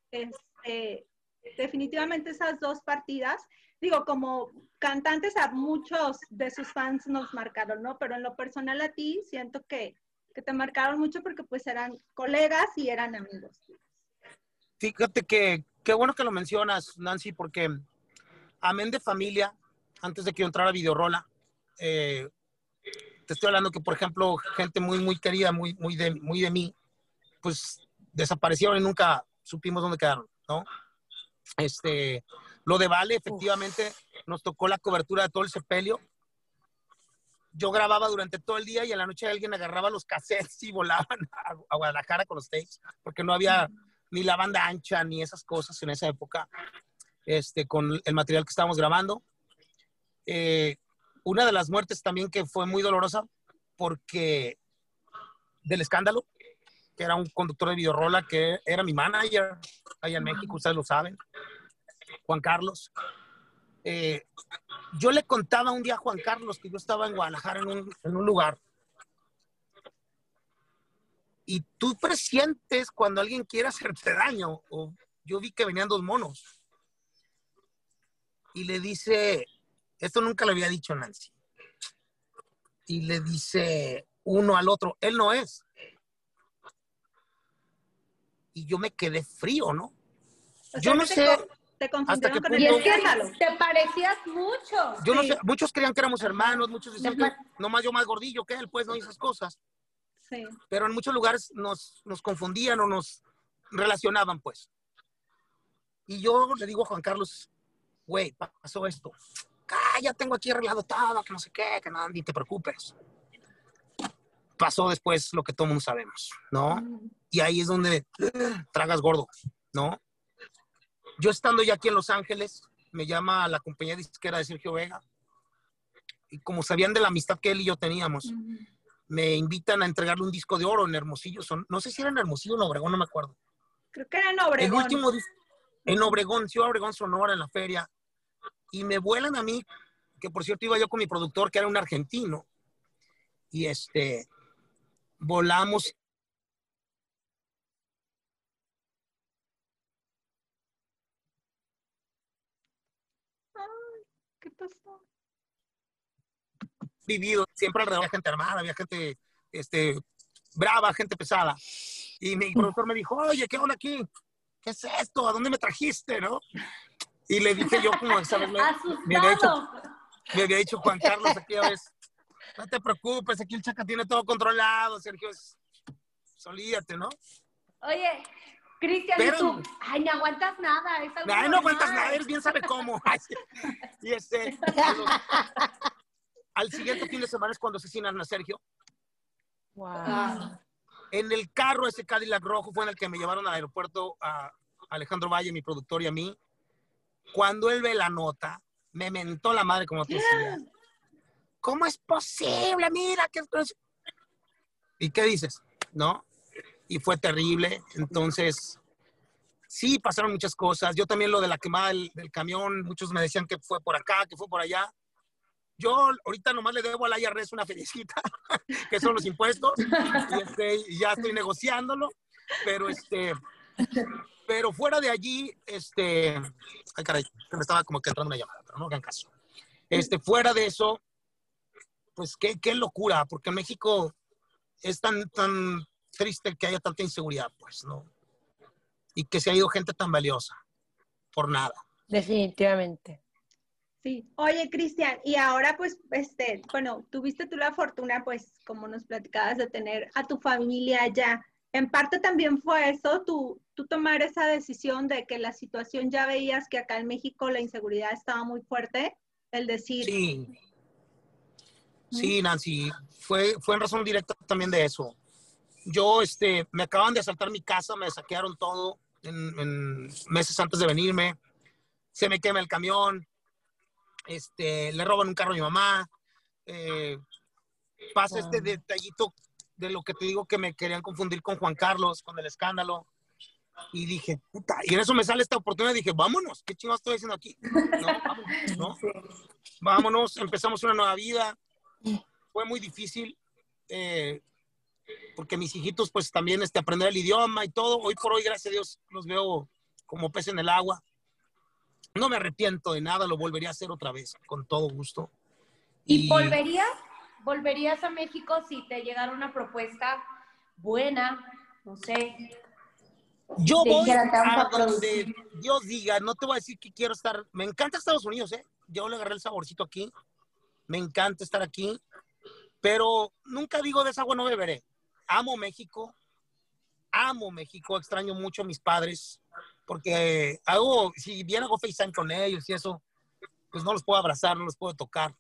Definitivamente esas dos partidas, digo, como cantantes a muchos de sus fans nos marcaron, ¿no? Pero en lo personal a ti siento que te marcaron mucho porque pues eran colegas y eran amigos. Fíjate que qué bueno que lo mencionas, Nancy, porque amén de familia, antes de que yo entrara a Videorola, te estoy hablando que, por ejemplo, gente muy, muy querida, muy de mí, pues desaparecieron y nunca supimos dónde quedaron, ¿no? Lo de Vale, efectivamente, nos tocó la cobertura de todo el sepelio. Yo grababa durante todo el día y en la noche alguien agarraba los cassettes y volaban a Guadalajara con los tapes, porque no había ni la banda ancha ni esas cosas en esa época, con el material que estábamos grabando. Una de las muertes también que fue muy dolorosa porque del escándalo, que era un conductor de Videorola, que era mi manager allá en México, ustedes lo saben, Juan Carlos. Yo le contaba un día a Juan Carlos que yo estaba en Guadalajara en un lugar y tú presientes cuando alguien quiere hacerte daño. O yo vi que venían dos monos y le dice, esto nunca le había dicho Nancy, y le dice uno al otro, él no es. Y yo me quedé frío, ¿no? Yo no sé hasta qué punto. Y es que te parecías mucho. Yo no sé, muchos creían que éramos hermanos, muchos decían que nomás yo más gordillo que él, pues no, esas cosas. Sí. Pero en muchos lugares nos confundían o nos relacionaban, pues. Y yo le digo a Juan Carlos, güey, pasó esto. Ya tengo aquí arreglado todo, que no sé qué, que nada, ni te preocupes. Pasó después lo que todo el mundo sabemos, ¿no? Y ahí es donde tragas gordo, ¿no? Yo estando ya aquí en Los Ángeles, me llama la compañía disquera de Sergio Vega, y como sabían de la amistad que él y yo teníamos, me invitan a entregarle un disco de oro en Hermosillo. No sé si era en Hermosillo o en Obregón, no me acuerdo. Creo que era en El Obregón. último disco, en Obregón, Ciudad Obregón, Sonora, en la feria. Y me vuelan a mí, que por cierto iba yo con mi productor, que era un argentino. Y volamos. Ay, ¿qué pasó? Vivido, siempre alrededor había gente armada, había gente brava, gente pesada. Y mi productor me dijo, oye, ¿qué onda aquí? ¿Qué es esto? ¿A dónde me trajiste? ¿No? Y le dije yo, como esa vez me había dicho Juan Carlos aquella vez, no te preocupes, aquí el Chaca tiene todo controlado, Sergio, olvídate, ¿no? Oye, Cristian, ¿y tú? Ay, no aguantas nada. Es algo Ay, no aguantas normal. nada, él bien sabe cómo. Y al siguiente fin de semana es cuando asesinan a Sergio. Wow. En el carro, ese Cadillac rojo fue en el que me llevaron al aeropuerto a Alejandro Valle, mi productor, y a mí. Cuando él ve la nota, me mentó la madre, como te decía. ¿Cómo es posible? Mira que... ¿Y qué dices? ¿No? Y fue terrible. Entonces, sí, pasaron muchas cosas. Yo también lo de la quemada del camión, muchos me decían que fue por acá, que fue por allá. Yo ahorita nomás le debo al IRS una feriecita, que son los impuestos, y ya estoy negociándolo, pero fuera de allí, ay caray, me estaba como que entrando una llamada, pero no hagan caso. Fuera de eso, pues qué locura, porque en México es tan triste que haya tanta inseguridad, pues, ¿no? Y que se ha ido gente tan valiosa, por nada. Definitivamente. Sí. Oye, Cristian, y ahora pues, bueno, tuviste tú la fortuna, pues, como nos platicabas, de tener a tu familia allá. En parte también fue eso, tú tomar esa decisión de que la situación ya veías que acá en México la inseguridad estaba muy fuerte, el decir... Sí, Nancy, fue en razón directa también de eso. Yo, me acaban de asaltar mi casa, me saquearon todo en meses antes de venirme, se me quema el camión, le roban un carro a mi mamá, pasa este detallito de lo que te digo que me querían confundir con Juan Carlos, con el escándalo, y dije, puta, y en eso me sale esta oportunidad, dije, vámonos, ¿qué chingados estoy haciendo aquí? No, vámonos, ¿no? Vámonos, empezamos una nueva vida, fue muy difícil, porque mis hijitos pues también aprender el idioma y todo, hoy por hoy, gracias a Dios, los veo como pez en el agua. No me arrepiento de nada, lo volvería a hacer otra vez, con todo gusto. ¿Y volverías a México si te llegara una propuesta buena? No sé. Yo voy a donde Dios diga, no te voy a decir que quiero estar. Me encanta Estados Unidos, yo le agarré el saborcito aquí, me encanta estar aquí, pero nunca digo de esa agua no beberé. Amo México, extraño mucho a mis padres, porque si bien hago FaceTime con ellos y eso, pues no los puedo abrazar, no los puedo tocar.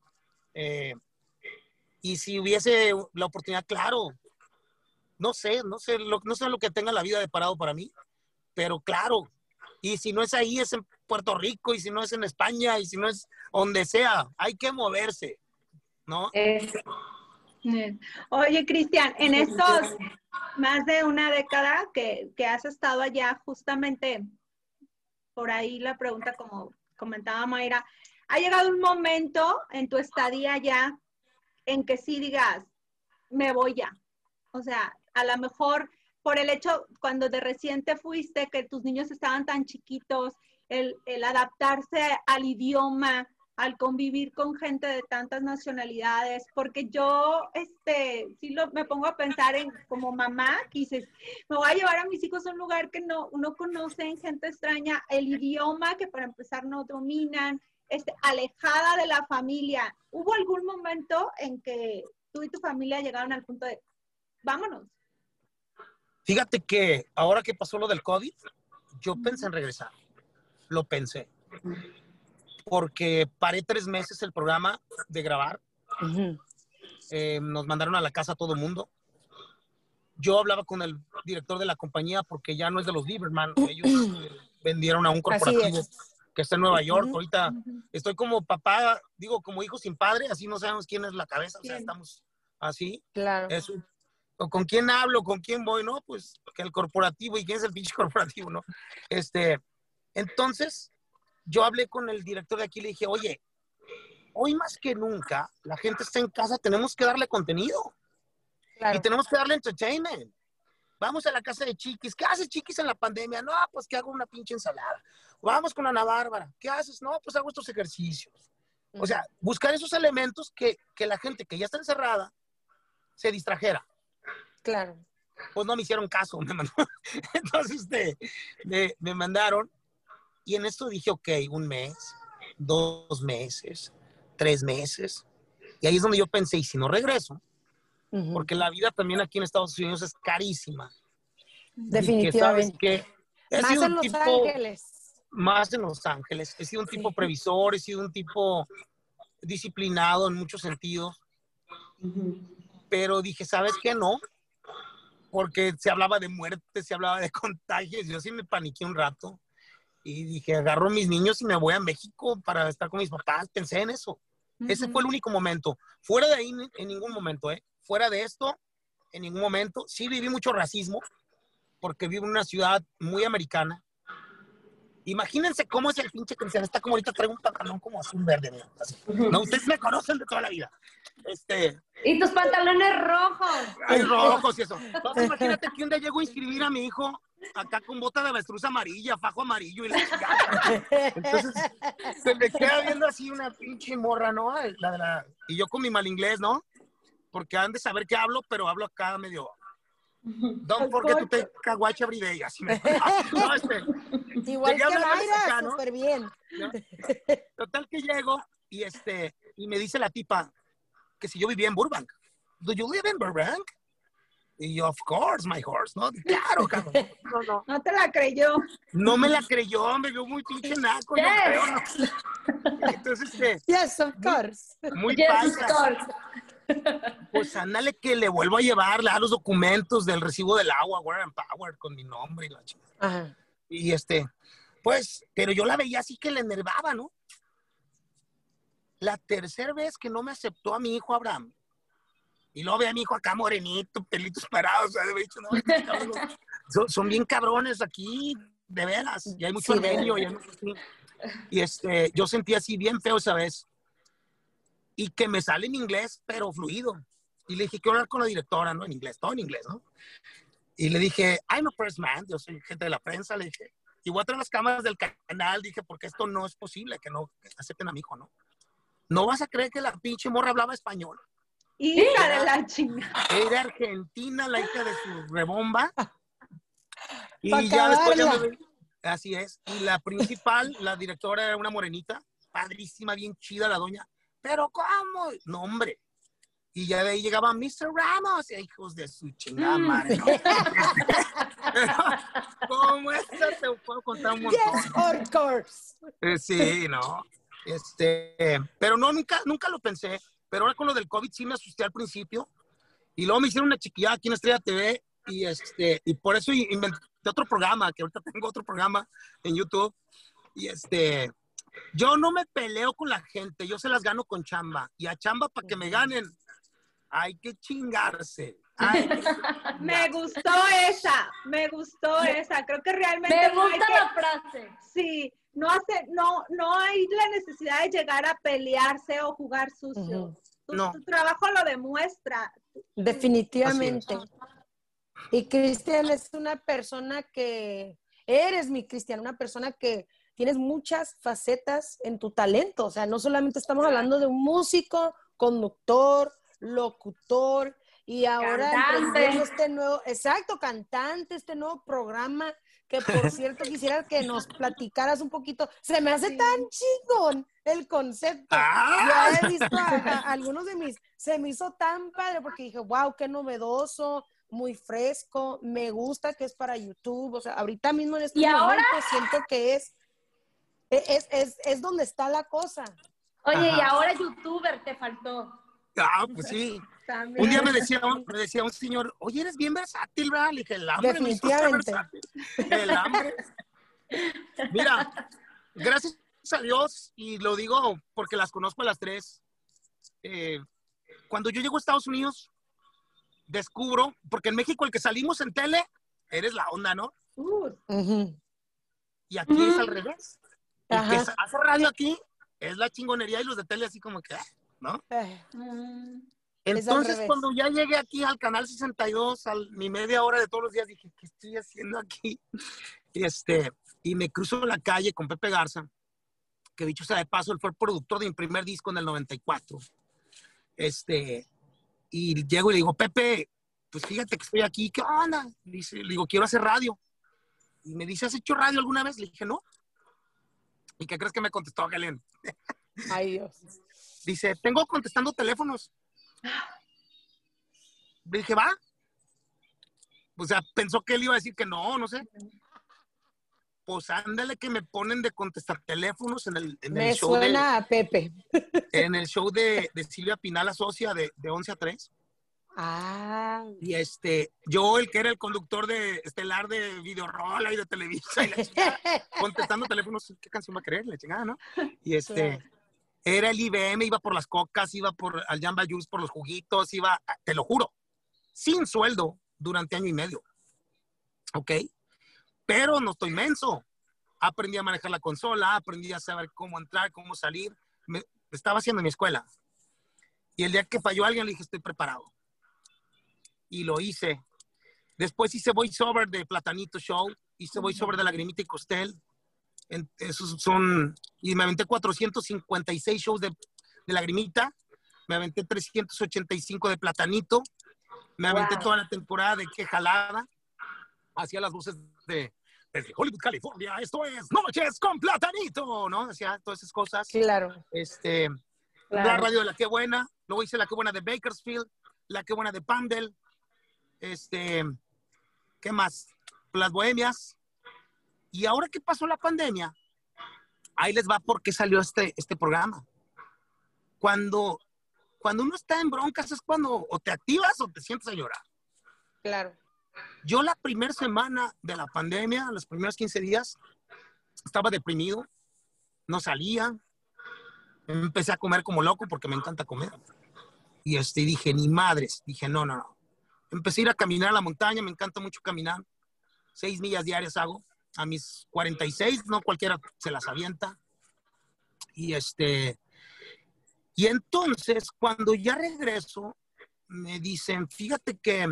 Y si hubiese la oportunidad, claro, no sé lo que tenga la vida deparado para mí, pero claro, y si no es ahí, es en Puerto Rico, y si no es en España, y si no es donde sea, hay que moverse, ¿no? Oye, Cristian, en estos más de una década que has estado allá, justamente por ahí la pregunta, como comentaba Mayra, ¿ha llegado un momento en tu estadía allá en que sí digas, me voy ya? O sea, a lo mejor por el hecho, cuando de recién te fuiste, que tus niños estaban tan chiquitos, el adaptarse al idioma, al convivir con gente de tantas nacionalidades, porque yo me pongo a pensar en como mamá, que dices, me voy a llevar a mis hijos a un lugar que no conocen, gente extraña, el idioma que para empezar no dominan, alejada de la familia. ¿Hubo algún momento en que tú y tu familia llegaron al punto de, vámonos? Fíjate que ahora que pasó lo del COVID, yo pensé en regresar, lo pensé. Porque paré 3 meses el programa de grabar. Nos mandaron a la casa a todo mundo. Yo hablaba con el director de la compañía porque ya no es de los Lieberman. Ellos vendieron a un corporativo que está en Nueva York. Ahorita estoy como papá, digo, como hijo sin padre, así no sabemos quién es la cabeza. O sea, estamos así. Claro. ¿O con quién hablo? ¿Con quién voy? No, pues que el corporativo. ¿Y quién es el pinche corporativo, no? Entonces, yo hablé con el director de aquí y le dije, oye, hoy más que nunca, la gente está en casa, tenemos que darle contenido. Claro. Y tenemos que darle entertainment. Vamos a la casa de Chiquis. ¿Qué haces, Chiquis, en la pandemia? No, pues que hago una pinche ensalada. Vamos con Ana Bárbara. ¿Qué haces? No, pues hago estos ejercicios. O sea, buscar esos elementos que la gente que ya está encerrada se distrajera. Claro. Pues no me hicieron caso. Entonces me mandaron y en esto dije, ok, 1 mes, 2 meses, 3 meses. Y ahí es donde yo pensé, ¿y si no regreso? Porque la vida también aquí en Estados Unidos es carísima. Definitivamente. Más en Los Ángeles. Más en Los Ángeles. He sido un tipo previsor, he sido un tipo disciplinado en muchos sentidos. Pero dije, ¿sabes qué? No. Porque se hablaba de muerte, se hablaba de contagios. Yo sí me paniqué un rato. Y dije, agarro a mis niños y me voy a México para estar con mis papás. Pensé en eso. Ese fue el único momento. Fuera de ahí, en ningún momento, Fuera de esto, en ningún momento. Sí viví mucho racismo, porque vivo en una ciudad muy americana. Imagínense cómo es el pinche cristiano. Está como ahorita traigo un pantalón como azul verde. ¿No? Así. No, ustedes me conocen de toda la vida. Y tus pantalones rojos. Ay, rojos y eso. Entonces, imagínate que un día llego a inscribir a mi hijo acá con bota de avestruz amarilla, fajo amarillo y la chingada. Entonces, se me queda viendo así una pinche morra, ¿no? Y yo con mi mal inglés, ¿no? Porque han de saber que hablo, pero hablo acá medio... Don't forget to take a watch every day. Así me... Igual que Mayra, súper bien. ¿No? Total que llego y me dice la tipa que si yo vivía en Burbank. ¿Do you live in Burbank? Y yo, of course, my horse, ¿no? Claro, cabrón. No te la creyó. No me la creyó, me vio muy pinche naco, yo creo, ¿no? Entonces, yes, of course. Muy paisa. Pues ándale que le vuelvo a llevar los documentos del recibo del agua, Water and Power, con mi nombre y la chingada. Y pues, pero yo la veía así que le enervaba, ¿no? La tercera vez que no me aceptó a mi hijo Abraham, y luego ve a mi hijo acá morenito, pelitos parados, o sea, de hecho, no, son bien cabrones aquí, de veras, y hay mucho armenio, y hay mucho así. Y yo sentí así bien feo esa vez. Y que me sale en inglés, pero fluido. Y le dije, quiero hablar con la directora, ¿no? En inglés, todo en inglés, ¿no? Y le dije, I'm a press man, yo soy gente de la prensa, le dije. Y voy a traer las cámaras del canal, dije, porque esto no es posible, que no acepten a mi hijo, ¿no? No vas a creer que la pinche morra hablaba español. Hija de la chingada. Era argentina, la hija de su rebomba. Y pa' ya después ya acabarla. así es. Y la principal, la directora, era una morenita, padrísima, bien chida la doña. ¿Pero cómo? No, hombre. Y ya de ahí llegaba Mr. Ramos. Y hijos de su chingada madre, ¿no? ¿Cómo esta te puedo contar un montón? Yes, of course. Sí, ¿no? Pero no, nunca lo pensé. Pero ahora con lo del COVID sí me asusté al principio. Y luego me hicieron una chiquillada aquí en Estrella TV. Y por eso inventé otro programa, que ahorita tengo otro programa en YouTube. Y yo no me peleo con la gente, yo se las gano con chamba. Y a chamba para que me ganen, hay que chingarse. Me gustó esa. Creo que realmente Me gusta la frase. Sí, no hay la necesidad de llegar a pelearse o jugar sucio. Tu trabajo lo demuestra. Definitivamente. Y Cristian es una persona que, eres mi Cristian, una persona que tienes muchas facetas en tu talento. O sea, no solamente estamos hablando de un músico, conductor, locutor, y ahora emprendiendo cantante, este nuevo programa, que por cierto quisiera que nos platicaras un poquito. Se me hace tan chingón el concepto. Ya he visto a algunos de se me hizo tan padre porque dije, wow, qué novedoso, muy fresco, me gusta que es para YouTube. O sea, ahorita mismo en este momento siento que es donde está la cosa. Oye, y ahora youtuber te faltó. Pues sí. También. Un día me decía un señor, oye, eres bien versátil, ¿verdad? Le dije, el hambre. Definitivamente. El hambre. Mira, gracias a Dios, y lo digo porque las conozco a las tres, cuando yo llego a Estados Unidos, descubro, porque en México el que salimos en tele, eres la onda, ¿no? Y aquí es al revés. El que hace radio aquí es la chingonería y los de tele así como que, ¿no? Entonces, cuando ya llegué aquí al Canal 62, a mi media hora de todos los días, dije, ¿qué estoy haciendo aquí? Y me cruzo la calle con Pepe Garza, que dicho sea de paso, él fue el productor de mi primer disco en el 94. Y llego y le digo, Pepe, pues fíjate que estoy aquí, ¿qué onda? Le digo, quiero hacer radio. Y me dice, ¿has hecho radio alguna vez? Le dije, no. ¿Y qué crees que me contestó, Helen? Ay, Dios. Dice, tengo contestando teléfonos. Le dije, va. O sea, pensó que él iba a decir que no, no sé. Pues ándale que me ponen de contestar teléfonos en el me show suena a Pepe. En el show de Silvia Pinal, la socia, de 11 a 3. Y yo, el que era el conductor estelar de Videorola y de Televisa, y contestando teléfonos, ¿qué canción va a querer? La chingada, ¿no? Y Claro. era el IBM, iba por las cocas, iba por al Jamba Juice por los juguitos, iba, te lo juro, sin sueldo durante año y medio. ¿Ok? Pero no estoy menso. Aprendí a manejar la consola, aprendí a saber cómo entrar, cómo salir. Estaba haciendo mi escuela. Y el día que falló alguien, le dije, estoy preparado. Y lo hice. Después hice voiceover de Platanito Show, hice voiceover de Lagrimita y Costel. Y me aventé 456 shows de Lagrimita, me aventé 385 de Platanito, me aventé toda la temporada de Qué Jalada, hacía las voces desde Hollywood, California, esto es Noches con Platanito, ¿no? Hacía todas esas cosas. Claro. La radio de La Qué Buena, luego hice La Qué Buena de Bakersfield, La Qué Buena de Pandel, ¿qué más? Las Bohemias. Y ahora que pasó la pandemia, ahí les va por qué salió este programa. Cuando uno está en broncas es cuando o te activas o te sientes a llorar. Claro. Yo la primera semana de la pandemia, los primeros 15 días, estaba deprimido, no salía, empecé a comer como loco porque me encanta comer. Y dije, ni madres, dije, no. Empecé a ir a caminar a la montaña, me encanta mucho caminar, 6 millas diarias hago. A mis 46, no cualquiera se las avienta. Y entonces, cuando ya regreso, me dicen, fíjate que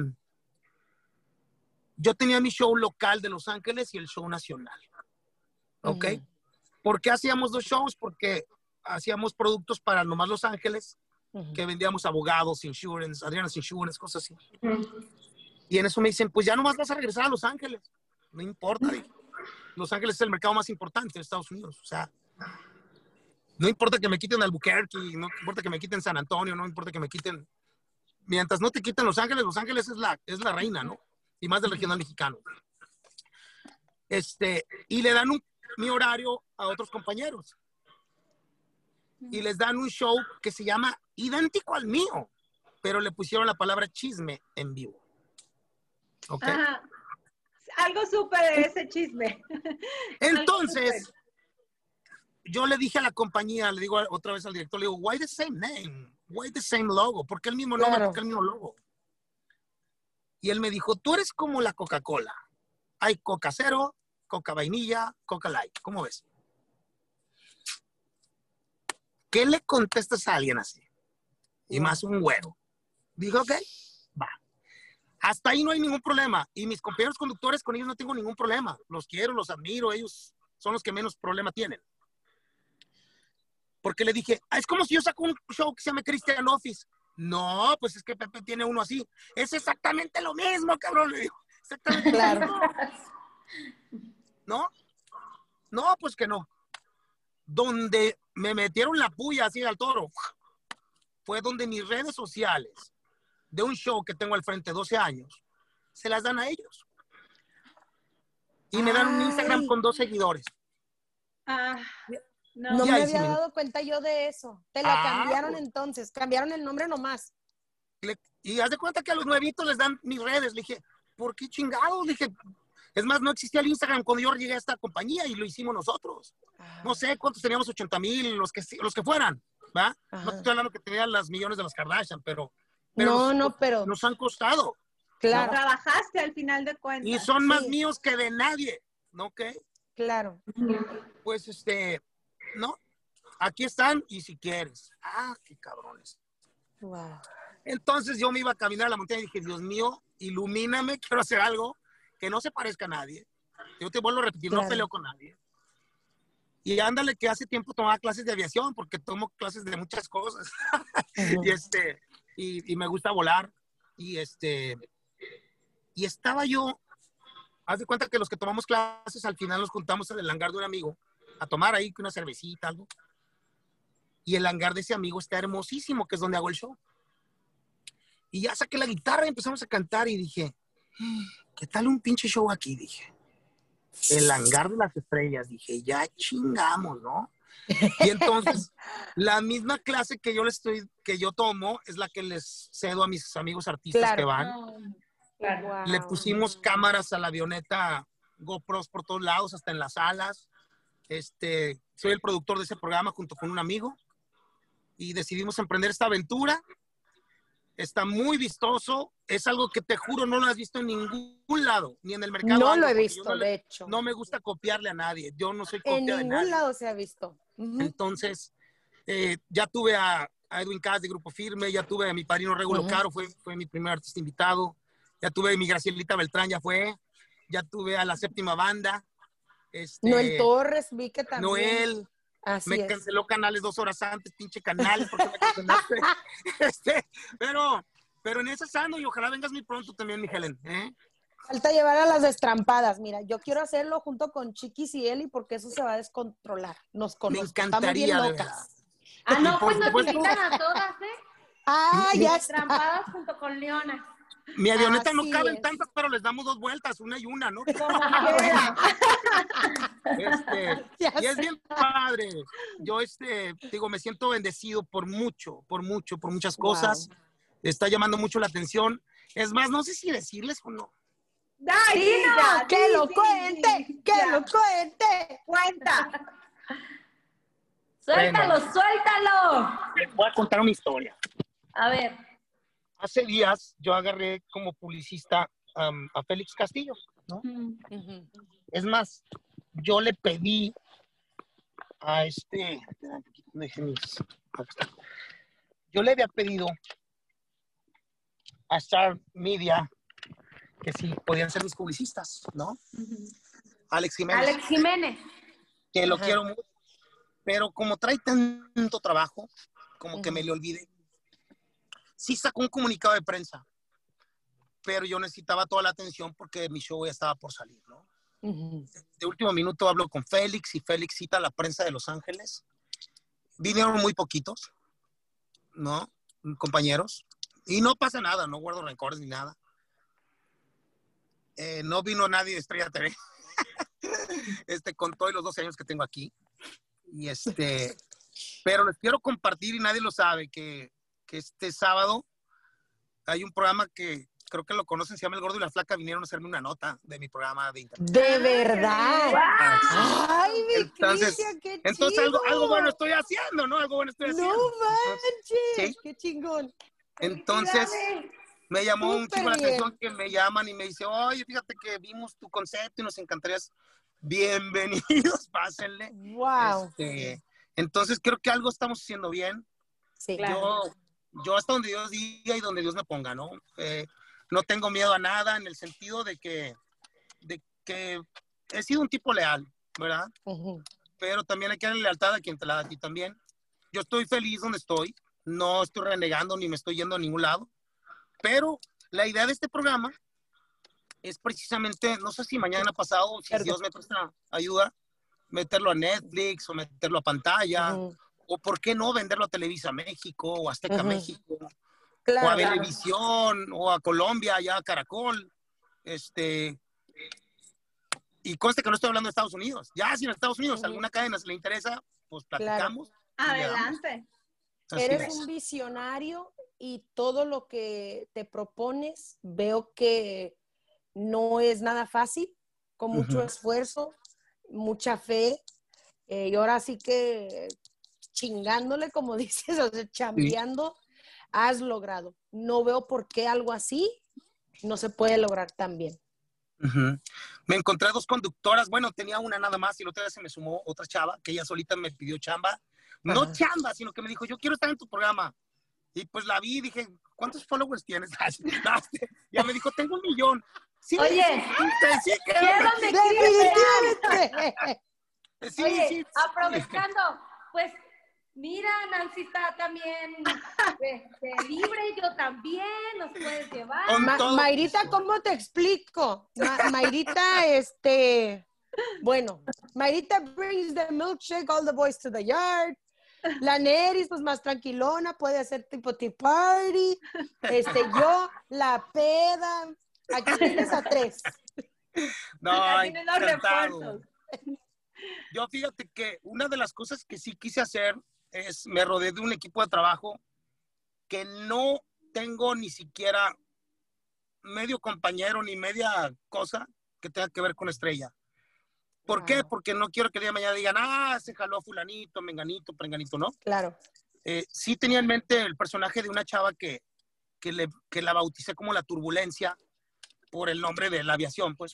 yo tenía mi show local de Los Ángeles y el show nacional. ¿Ok? ¿Por qué hacíamos 2 shows? Porque hacíamos productos para nomás Los Ángeles, que vendíamos abogados, insurance, Adriana's Insurance, cosas así. Y en eso me dicen, pues ya nomás vas a regresar a Los Ángeles. No importa, dije. Los Ángeles es el mercado más importante de Estados Unidos. O sea, no importa que me quiten Albuquerque, no importa que me quiten San Antonio, no importa que me quiten... Mientras no te quiten Los Ángeles es la reina, ¿no? Y más del regional mexicano. Y le dan mi horario a otros compañeros. Y les dan un show que se llama idéntico al mío, pero le pusieron la palabra chisme en vivo. ¿Ok? Ajá. Algo supe de ese chisme. Entonces, yo le dije a la compañía, le digo otra vez al director, le digo, why the same name? Why the same logo? ¿Por qué el mismo nombre? ¿Por qué el mismo logo? Y él me dijo, tú eres como la Coca-Cola. Hay Coca Cero, Coca Vainilla, Coca Light. ¿Cómo ves? ¿Qué le contestas a alguien así? Y más un güero. Dije, ok, va. Hasta ahí no hay ningún problema. Y mis compañeros conductores, con ellos no tengo ningún problema. Los quiero, los admiro. Ellos son los que menos problema tienen. Porque le dije, es como si yo saco un show que se llama Christian Office. No, pues es que Pepe tiene uno así. Es exactamente lo mismo, cabrón. Le digo, exactamente lo mismo. ¿No? No, pues que no. Donde me metieron la puya así al toro fue donde mis redes sociales de un show que tengo al frente 12 años, se las dan a ellos. Y me dan un Instagram con 2 seguidores. No me había dado cuenta yo de eso. Te la cambiaron entonces, cambiaron el nombre nomás. Y haz de cuenta que a los nuevitos les dan mis redes. Le dije, ¿por qué chingados? Le dije, es más, no existía el Instagram cuando yo llegué a esta compañía y lo hicimos nosotros. No sé cuántos teníamos, 80,000, los que fueran, ¿va? No estoy hablando que tenían las millones de las Kardashian, pero pero pero nos han costado. claro, Trabajaste al final de cuentas. Y son más Sí. míos que de nadie, ¿no? ¿Qué? claro. Pues, ¿no? Aquí están y si quieres. Qué cabrones. Wow. Entonces yo me iba a caminar a la montaña y dije, Dios mío, ilumíname, quiero hacer algo que no se parezca a nadie. Yo te vuelvo a repetir, Claro. no peleo con nadie. Y ándale que hace tiempo tomaba clases de aviación porque tomo clases de muchas cosas. Ujú. y me gusta volar. Y estaba yo, haz de cuenta que los que tomamos clases al final nos juntamos en el hangar de un amigo a tomar ahí una cervecita, algo. Y el hangar de ese amigo está hermosísimo, que es donde hago el show. Y ya saqué la guitarra y empezamos a cantar y dije, ¿qué tal un pinche show aquí? Dije, el hangar de las estrellas. Dije, ya chingamos, ¿no? Y entonces, la misma clase que yo tomo es la que les cedo a mis amigos artistas Claro. que van. Claro. Wow. Le pusimos cámaras a la avioneta, GoPros por todos lados, hasta en las alas. Soy el productor de ese programa junto con un amigo y decidimos emprender esta aventura. Está muy vistoso. Es algo que te juro no lo has visto en ningún lado, ni en el mercado. No anglo, lo he porque visto, de hecho. no me gusta copiarle a nadie. Yo no soy En copia de ningún nadie. lado se ha visto. Ujú. Entonces, ya tuve a Edwin Cass de Grupo Firme, ya tuve a mi padrino Regulo Ujú. Caro, fue mi primer artista invitado. Ya tuve a mi Gracielita Beltrán, ya tuve a la Séptima Banda. Noel Torres, vi que también. Noel, Así me es. canceló canales 2 horas antes, pinche canal, porque me cancelaste. Pero en esas ando y ojalá vengas muy pronto también, mi Helen. Falta llevar a las destrampadas. Mira, yo quiero hacerlo junto con Chiquis y Eli porque eso se va a descontrolar. Nos Me conocemos. Estamos encantaría, bien de locas. verdad. Ah, Y no, por pues nos supuesto- invitan a todas, ¿eh? Ya está. Trampadas junto con Leonas. Mi avioneta no Así caben es. tantas, pero les damos 2 vueltas, una y una, ¿no? Como quiera. Ya Y es sé. bien padre. Yo, digo, me siento bendecido por muchas cosas. Está llamando mucho la atención. Es más, no sé si decirles o no. Ay, sí, ya, ¡Que sí, lo sí, cuente! sí, ¡Que ya. lo cuente! Cuenta. Suéltalo, suéltalo. Les voy a contar una historia. A ver. Hace días yo agarré como publicista a Félix Castillo, ¿no? Ujú. Es más, yo le pedí a yo le había pedido a Star Media que si podían ser mis publicistas, ¿no? Alex Jiménez, Alex Jiménez. que lo Ajá. quiero mucho, pero como trae tanto trabajo, como que Ujú. me le olvidé. Sí sacó un comunicado de prensa, pero yo necesitaba toda la atención porque mi show ya estaba por salir, ¿no? Ujú. De último minuto hablo con Félix y Félix cita a la prensa de Los Ángeles. Vinieron muy poquitos, ¿no? Compañeros. Y no pasa nada, no guardo rencores ni nada. No vino nadie de Estrella TV. Con todos los 12 años que tengo aquí. Y pero les quiero compartir y nadie lo sabe que este sábado hay un programa que creo que lo conocen, se llama El Gordo y la Flaca, vinieron a hacerme una nota de mi programa de internet. De verdad. Ay, mi Entonces, Cristian, qué entonces chido. algo bueno estoy haciendo, ¿no? Algo bueno estoy haciendo. No manches, ¿sí? qué chingón. Entonces, me llamó un Súper chingo la bien. atención que me llaman y me dice, oye, fíjate que vimos tu concepto y nos encantaría. Bienvenidos, pásenle. Wow. Entonces, creo que algo estamos haciendo bien. Sí. Claro. Yo hasta donde Dios diga y donde Dios me ponga, ¿no? No tengo miedo a nada en el sentido de que he sido un tipo leal, ¿verdad? Ujú. Pero también hay que darle lealtad a quien te la da a ti también. Yo estoy feliz donde estoy, no estoy renegando ni me estoy yendo a ningún lado, pero la idea de este programa es precisamente, no sé si mañana pasado, si Dios me presta ayuda, meterlo a Netflix o meterlo a pantalla, Ujú. o por qué no venderlo a Televisa México o Azteca Ujú. México, o a Claro. Venevisión, o a Colombia, allá a Caracol, y conste que no estoy hablando de Estados Unidos. Ya si en Estados Unidos alguna cadena se le interesa, pues platicamos. y le damos. Adelante. Así Eres es. un visionario y todo lo que te propones veo que no es nada fácil, con mucho Ujú. esfuerzo, mucha fe, y ahora sí que chingándole, como dices, o sea, chambeando has logrado. No veo por qué algo así no se puede lograr tan bien. Me encontré 2 conductoras, bueno, tenía una nada más y la otra vez se me sumó otra chava que ella solita me pidió chamba. No chamba, sino que me dijo, yo quiero estar en tu programa. Y pues la vi y dije, ¿cuántos followers tienes? Ya me dijo, tengo 1 millón. Sí, Oye, sí, Definitivamente. sí, oye, sí. aprovechando, pues mira, Nancy está también libre, yo también, nos puedes llevar. Mayrita, ¿cómo te explico? Mayrita, bueno, Mayrita brings the milkshake, all the boys to the yard. La Neris, pues más tranquilona, puede hacer tipo tea party. Yo, la peda. Aquí tienes a 3. No, Ya tienes los encantado. refuerzos. Yo fíjate que una de las cosas que sí quise hacer es, me rodeé de un equipo de trabajo que no tengo ni siquiera medio compañero ni media cosa que tenga que ver con Estrella. ¿Por qué? Porque no quiero que el día de mañana digan, se jaló fulanito, menganito, prenganito, ¿no? Claro. Sí tenía en mente el personaje de una chava que la bauticé como la Turbulencia por el nombre de la aviación, pues.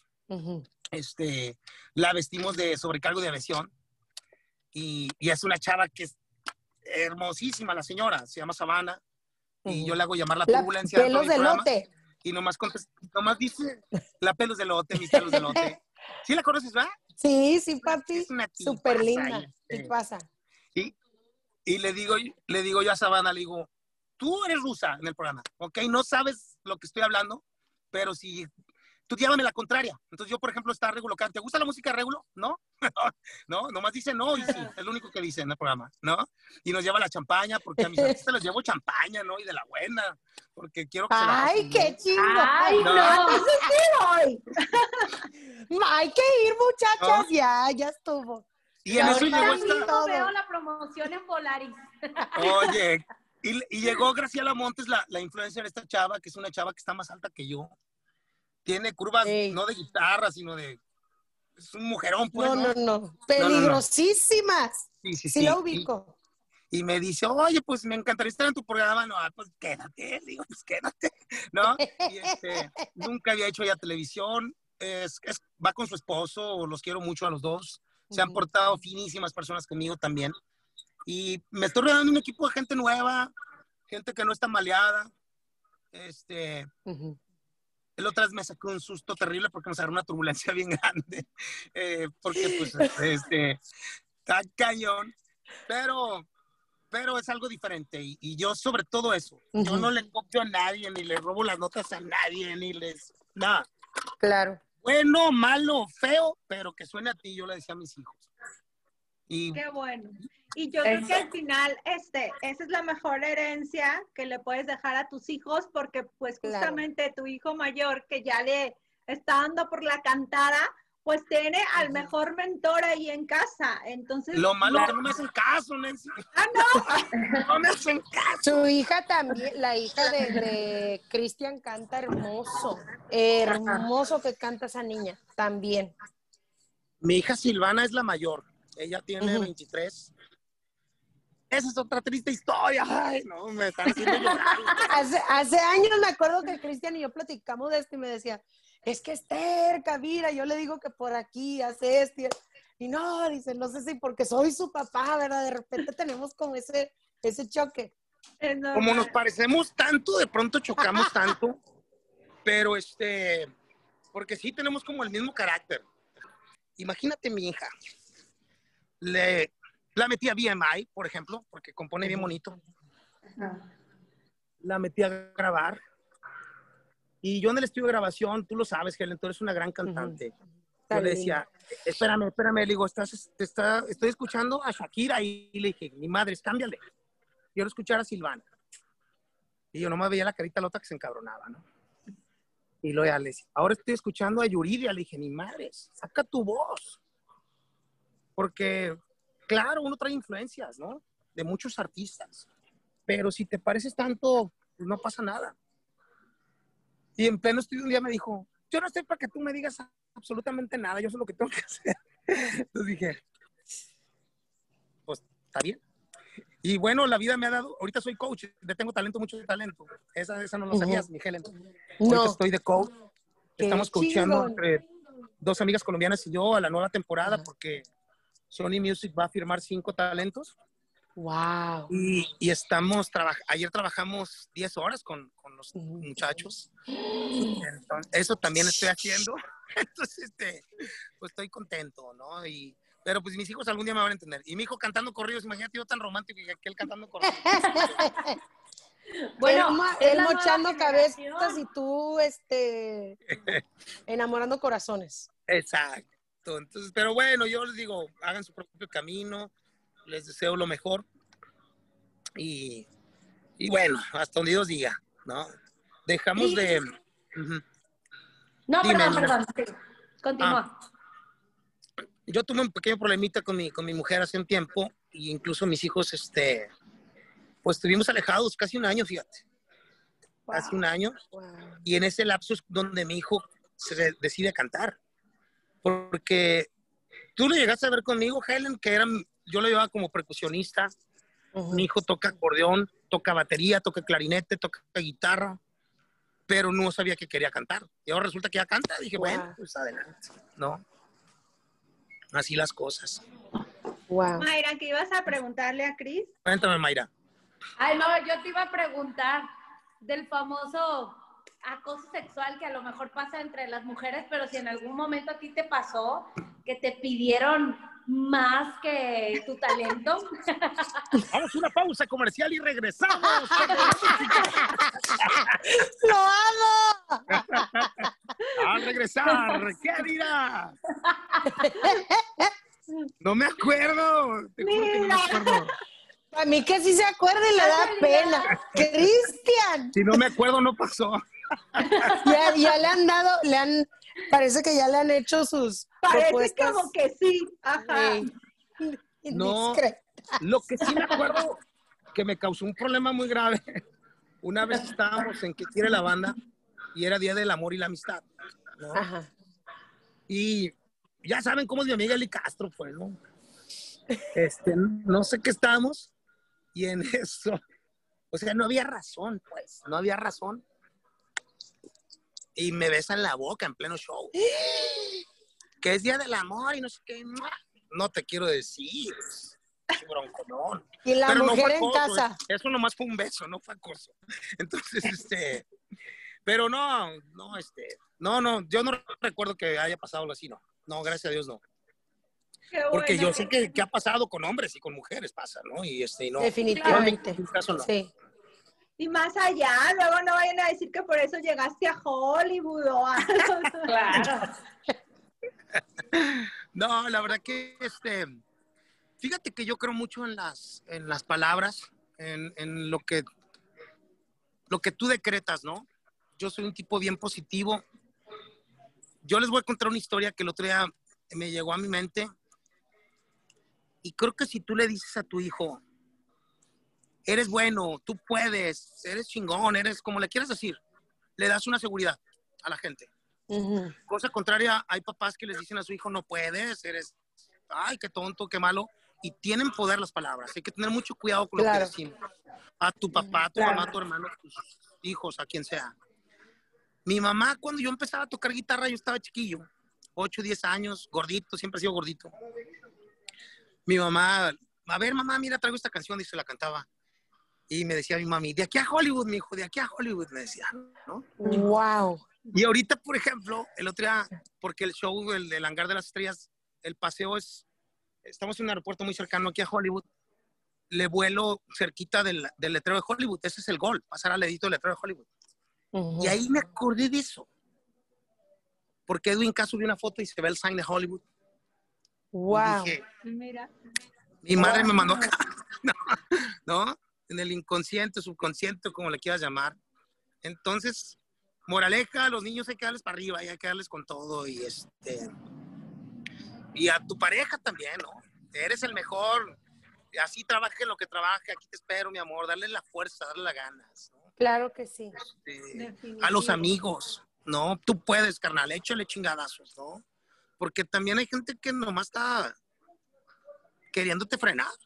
La vestimos de sobrecargo de aviación y es una chava que es hermosísima, la señora, se llama Sabana, y yo le hago llamar la Turbulencia. Pelos de lote. Y nomás dice, la pelos de lote, mis pelos de lote. ¿Sí la conoces, verdad? Sí, papi. Es una tipaza, súper linda. ¿Qué pasa? Y le digo yo a Sabana, le digo, tú eres rusa en el programa, ¿ok? No sabes lo que estoy hablando, pero si tú llévame la contraria. Entonces yo, por ejemplo, está Regulo. ¿Te gusta la música de Regulo? ¿No? No, nomás dice no y sí. Es lo único que dice en el programa, ¿no? Y nos lleva la champaña, porque a mis artistas les llevo champaña, ¿no? Y de la buena, porque quiero que se la ¡Ay, pasen qué bien. chingo! ¡Ay, no! Ay, Hay que ir, muchachas, ya estuvo. Y en eso llegó Ahorita mismo todo. veo la promoción en Polaris. Oye, y llegó Graciela Montes, la influencer, esta chava, que es una chava que está más alta que yo. Tiene curvas, no de guitarra, sino de... Es un mujerón, pues, No. Peligrosísimas. Sí la ubico. Y me dice, oye, pues me encantaría estar en tu programa. No, pues quédate. Digo, pues quédate, ¿no? Y nunca había hecho ya televisión. Va con su esposo, los quiero mucho a los dos. Se han portado finísimas personas conmigo también. Y me estoy rodeando de un equipo de gente nueva, gente que no está maleada. El otro vez me sacó un susto terrible porque nos agarró una turbulencia bien grande. Porque, pues, está cañón. Pero es algo diferente. Y yo, sobre todo eso, yo no le copio a nadie, ni le robo las notas a nadie, ni les... Nada. Claro. Bueno, malo, feo, pero que suene a ti, yo le decía a mis hijos. Qué bueno. Y yo creo que al final, esa es la mejor herencia que le puedes dejar a tus hijos, porque pues justamente tu hijo mayor, que ya le está dando por la cantada, pues tiene al mejor mentor ahí en casa. Entonces, lo malo es que no me hacen caso, Nancy. No. No me hacen caso. Su hija también, la hija de Cristian canta hermoso. Hermoso que canta esa niña, también. Mi hija Silvana es la mayor. Ella tiene 23. Esa es otra triste historia. Ay, no, me están haciendo llorar. Hace años me acuerdo que Cristian y yo platicamos de esto y me decía, es que es terca, mira, yo le digo que por aquí hace esto. Y no, dice, no sé si porque soy su papá, ¿verdad? De repente tenemos como ese choque. Como nos parecemos tanto, de pronto chocamos tanto, pero porque sí tenemos como el mismo carácter. Imagínate mi hija. La metí a BMI, por ejemplo, porque compone bien bonito. La metí a grabar. Y yo en el estudio de grabación, tú lo sabes, Helen, tú eres una gran cantante. Yo le decía, espérame, le digo, estoy escuchando a Shakira, y le dije, mi madre, cámbiale. Quiero escuchar a Silvana. Y yo nomás veía la carita lota que se encabronaba, ¿no? Y luego ya le decía, ahora estoy escuchando a Yuridia. Le dije, mi madre, saca tu voz. Porque, claro, uno trae influencias, ¿no? De muchos artistas. Pero si te pareces tanto, pues no pasa nada. Y en pleno estudio un día me dijo, yo no estoy para que tú me digas absolutamente nada, yo sé lo que tengo que hacer. Entonces dije, pues, está bien. Y bueno, la vida me ha dado, ahorita soy coach, tengo talento, mucho talento. Esa no lo sabías, mi Helen. Ahorita estoy de coach. Estamos coachando entre dos amigas colombianas y yo a la nueva temporada porque Sony Music va a firmar 5 talentos. Wow. Y estamos ayer trabajamos 10 horas con los muchachos. Entonces, eso también estoy haciendo. Entonces, pues estoy contento, ¿no? Pero pues mis hijos algún día me van a entender. Y mi hijo cantando corridos, imagínate yo tan romántico y aquel cantando corridos. Bueno, él mochando cabezas y tú, enamorando corazones. Exacto. Entonces, pero bueno, yo les digo, hagan su propio camino, les deseo lo mejor. Y bueno, hasta donde Dios diga, ¿no? Dejamos de... No, Dime, perdón. Sí. Continúa. Yo tuve un pequeño problemita con mi mujer hace un tiempo, e incluso mis hijos, pues estuvimos alejados casi un año, fíjate. Casi un año. Wow. Y en ese lapso es donde mi hijo se decide cantar. Porque tú lo llegaste a ver conmigo, Helen, que yo lo llevaba como percusionista. Mi hijo toca acordeón, toca batería, toca clarinete, toca guitarra, pero no sabía que quería cantar. Y ahora resulta que ya canta. Dije, bueno, pues adelante, ¿no? Así las cosas. Wow. Mayra, ¿qué ibas a preguntarle a Cris? Cuéntame, Mayra. Ay, no, yo te iba a preguntar del famoso acoso sexual que a lo mejor pasa entre las mujeres, pero si en algún momento a ti te pasó que te pidieron más que tu talento. Vamos a una pausa comercial y regresamos. ¡Lo amo! Al regresar, ¿qué dirás? No me acuerdo. Te juro que no me acuerdo. A mí que sí se acuerda y le da pena. ¡Cristian! Si no me acuerdo, no pasó. Ya parece que ya le han hecho sus Parece propuestas. como que sí. Ajá. No, lo que sí me acuerdo que me causó un problema muy grave. Una vez estábamos en Que Quiere la Banda y era Día del Amor y la Amistad, ¿no? Ajá. Y ya saben cómo es mi amiga Eli Castro, pues, ¿no? No sé qué estábamos y en eso, o sea, no había razón, pues, no había razón. Y me besan la boca en pleno show. Que es Día del Amor y no sé qué. No te quiero decir. Broncolón. Y la pero mujer no fue en acoso, casa. Eso nomás fue un beso, no fue acoso. Entonces, pero no, yo no recuerdo que haya pasado algo así, no. No, gracias a Dios no. Qué Porque bueno. yo sé que ha pasado con hombres y con mujeres, pasa, ¿no? Y no. Definitivamente. En mi caso no. Sí. Y más allá, luego no vayan a decir que por eso llegaste a Hollywood o a... Claro. No, la verdad que fíjate que yo creo mucho en las palabras, en lo que tú decretas, ¿no? Yo soy un tipo bien positivo. Yo les voy a contar una historia que el otro día me llegó a mi mente. Y creo que si tú le dices a tu hijo, eres bueno, tú puedes, eres chingón, eres como le quieras decir, le das una seguridad a la gente. Cosa contraria, hay papás que les dicen a su hijo, no puedes, ay, qué tonto, qué malo. Y tienen poder las palabras. Hay que tener mucho cuidado con lo que decimos. A tu papá, a tu mamá, a tu hermano, a tus hijos, a quien sea. Mi mamá, cuando yo empezaba a tocar guitarra, yo estaba chiquillo, 8, 10 años, gordito, siempre he sido gordito. Mi mamá, a ver, mamá, mira, traigo esta canción, y se la cantaba. Y me decía mi mami, de aquí a Hollywood, mi hijo, de aquí a Hollywood, me decía, ¿no? Wow. Y ahorita, por ejemplo, el otro día, porque el show, el del Hangar de las Estrellas, el paseo estamos en un aeropuerto muy cercano aquí a Hollywood, le vuelo cerquita del letrero de Hollywood, ese es el gol, pasar al ledito del letrero de Hollywood. Y ahí me acordé de eso. Porque Edwin Cass subió una foto y se ve el sign de Hollywood. Wow. Y dije, Mira. mi madre me mandó acá, ¿no? En el inconsciente, subconsciente, como le quieras llamar. Entonces, moraleja, a los niños hay que darles para arriba, hay que darles con todo. Y a tu pareja también, ¿no? Eres el mejor. Así trabaje en lo que trabaje, aquí te espero, mi amor. Darle la fuerza, darle las ganas, ¿no? Claro que sí. A los amigos, ¿no? Tú puedes, carnal, échale chingadazos, ¿no? Porque también hay gente que nomás está queriéndote frenar,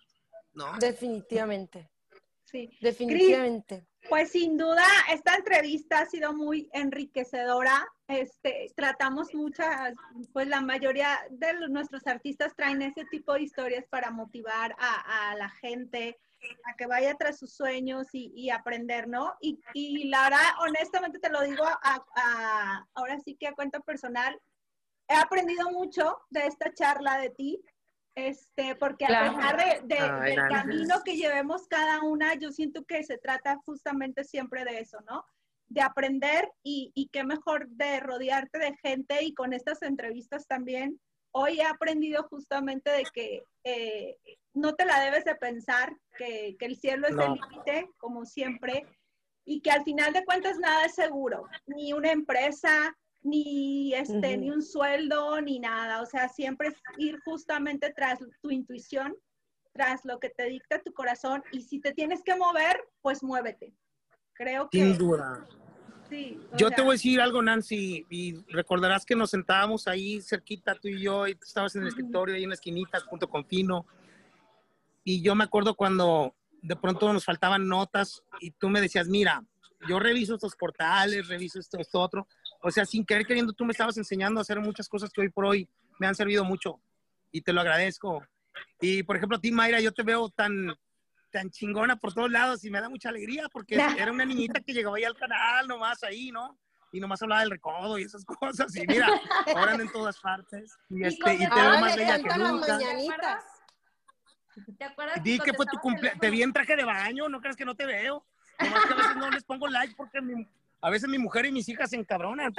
¿no? Definitivamente. Sí. Definitivamente. Pues sin duda, esta entrevista ha sido muy enriquecedora. Tratamos pues la mayoría de nuestros artistas traen ese tipo de historias para motivar a la gente a que vaya tras sus sueños y aprender, ¿no? Y la verdad, honestamente te lo digo, ahora sí que a cuenta personal, he aprendido mucho de esta charla de ti. Porque a pesar del camino que llevemos cada una, yo siento que se trata justamente siempre de eso, ¿no? De aprender y qué mejor de rodearte de gente, y con estas entrevistas también. Hoy he aprendido justamente de que no te la debes de pensar, que el cielo es el límite, como siempre, y que al final de cuentas nada es seguro, ni una empresa, ni ni un sueldo, ni nada. O sea, siempre es ir justamente tras tu intuición, tras lo que te dicta tu corazón, y si te tienes que mover, pues muévete. Creo que... Sin duda. Sí, Yo te voy a decir algo, Nancy, y recordarás que nos sentábamos ahí cerquita, tú y yo, y tú estabas en el escritorio, ahí en la esquinita, junto con Fino, y yo me acuerdo cuando de pronto nos faltaban notas, y tú me decías, mira, yo reviso estos portales, reviso esto otro. O sea, sin querer queriendo, tú me estabas enseñando a hacer muchas cosas que hoy por hoy me han servido mucho, y te lo agradezco. Y, por ejemplo, a ti, Mayra, yo te veo tan chingona por todos lados, y me da mucha alegría, porque era una niñita que llegaba ahí al canal, nomás ahí, ¿no? Y nomás hablaba del recodo y esas cosas, y mira, ahora ando en todas partes, y te veo más bella que nunca. ¿Te acuerdas? Di que fue tu cumpleaños, te vi en traje de baño, no creas que no te veo. Nomás que a veces no les pongo like porque a veces mi mujer y mis hijas se encabronan,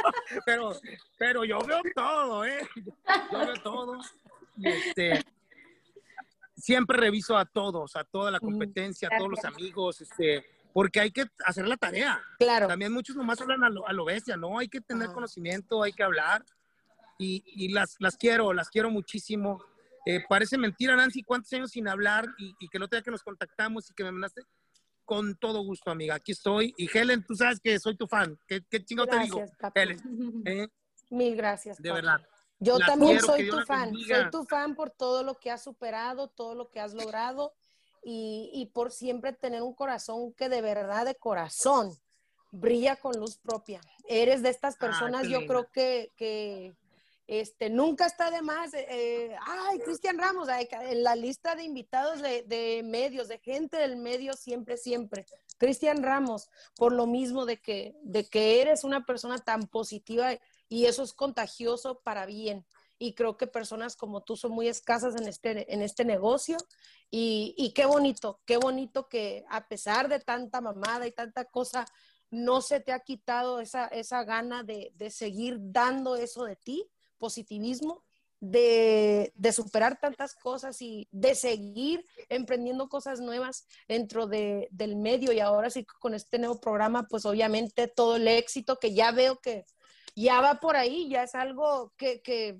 pero yo veo todo, yo veo todo. Y siempre reviso a todos, a toda la competencia, a todos los amigos, porque hay que hacer la tarea. Claro. También muchos nomás hablan a lo bestia, ¿no? Hay que tener conocimiento, hay que hablar, y las quiero muchísimo. Parece mentira, Nancy, cuántos años sin hablar, y que el otro día que nos contactamos y que me mandaste, con todo gusto, amiga, aquí estoy. Y Helen, tú sabes que soy tu fan. ¿Qué chingo te digo, papi. Helen? Mil gracias, de papi. verdad. Yo Las también quiero, soy tu fan. Soy tu fan por todo lo que has superado, todo lo que has logrado, y por siempre tener un corazón que de verdad, de corazón, brilla con luz propia. Eres de estas personas, yo creo que nunca está de más. Cristian Ramos, en la lista de invitados de medios, de gente del medio, siempre. Cristian Ramos, por lo mismo de que eres una persona tan positiva, y eso es contagioso para bien. Y creo que personas como tú son muy escasas en este negocio, y qué bonito que a pesar de tanta mamada y tanta cosa, no se te ha quitado esa gana de seguir dando eso de ti, positivismo, de superar tantas cosas y de seguir emprendiendo cosas nuevas dentro del medio. Y ahora sí, con este nuevo programa, pues obviamente todo el éxito, que ya veo que ya va por ahí, ya es algo que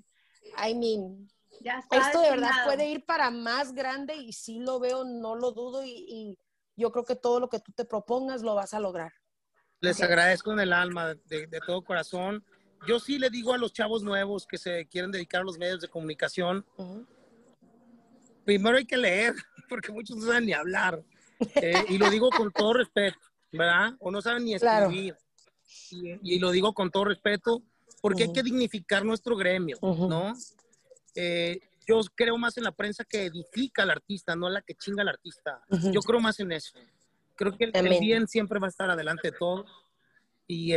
ya está esto de verdad destinado. puede ir para más grande, y sí lo veo, no lo dudo, y yo creo que todo lo que tú te propongas lo vas a lograr. Les agradezco en el alma, de todo corazón. Yo sí le digo a los chavos nuevos que se quieren dedicar a los medios de comunicación, primero hay que leer, porque muchos no saben ni hablar, y lo digo con todo respeto, ¿verdad? O no saben ni escribir, y lo digo con todo respeto, porque hay que dignificar nuestro gremio, ¿no? Yo creo más en la prensa que edifica al artista, no la que chinga al artista. Yo creo más en eso. Creo que el bien siempre va a estar adelante de todo, y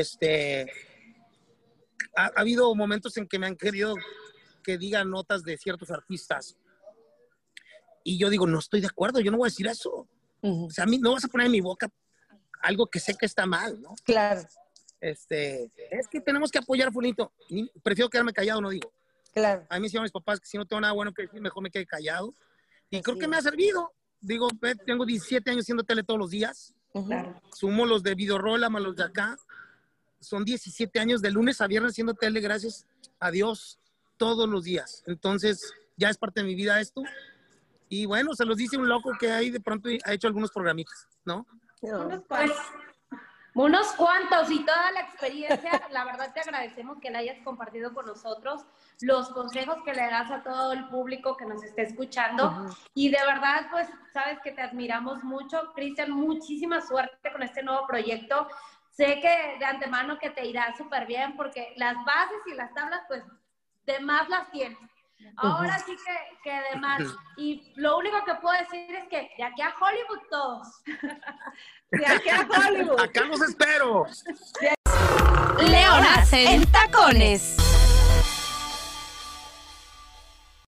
ha habido momentos en que me han querido que diga notas de ciertos artistas, y yo digo, no estoy de acuerdo, yo no voy a decir eso. O sea, a mí no vas a poner en mi boca algo que sé que está mal, ¿no? Claro. Es que tenemos que apoyar a Fulito. Prefiero quedarme callado, no digo. Claro. A mí me decían mis papás que si no tengo nada bueno que decir, mejor me quede callado. Y creo que me ha servido. Digo, tengo 17 años haciendo tele todos los días. Sumo los de Videorola más los de acá. Son 17 años de lunes a viernes haciendo tele, gracias a Dios, todos los días. Entonces, ya es parte de mi vida esto. Y bueno, se los dice un loco que ahí de pronto ha hecho algunos programitas, ¿no? Pues, Unos cuantos y toda la experiencia, la verdad te agradecemos que la hayas compartido con nosotros, los consejos que le das a todo el público que nos esté escuchando y de verdad pues sabes que te admiramos mucho. Cristian, muchísima suerte con este nuevo proyecto. Sé que de antemano que te irá súper bien porque las bases y las tablas pues de más las tienes. Ahora sí que de más. Y lo único que puedo decir es que de aquí a Hollywood todos. De aquí a Hollywood. Acá los espero. Leonas en tacones.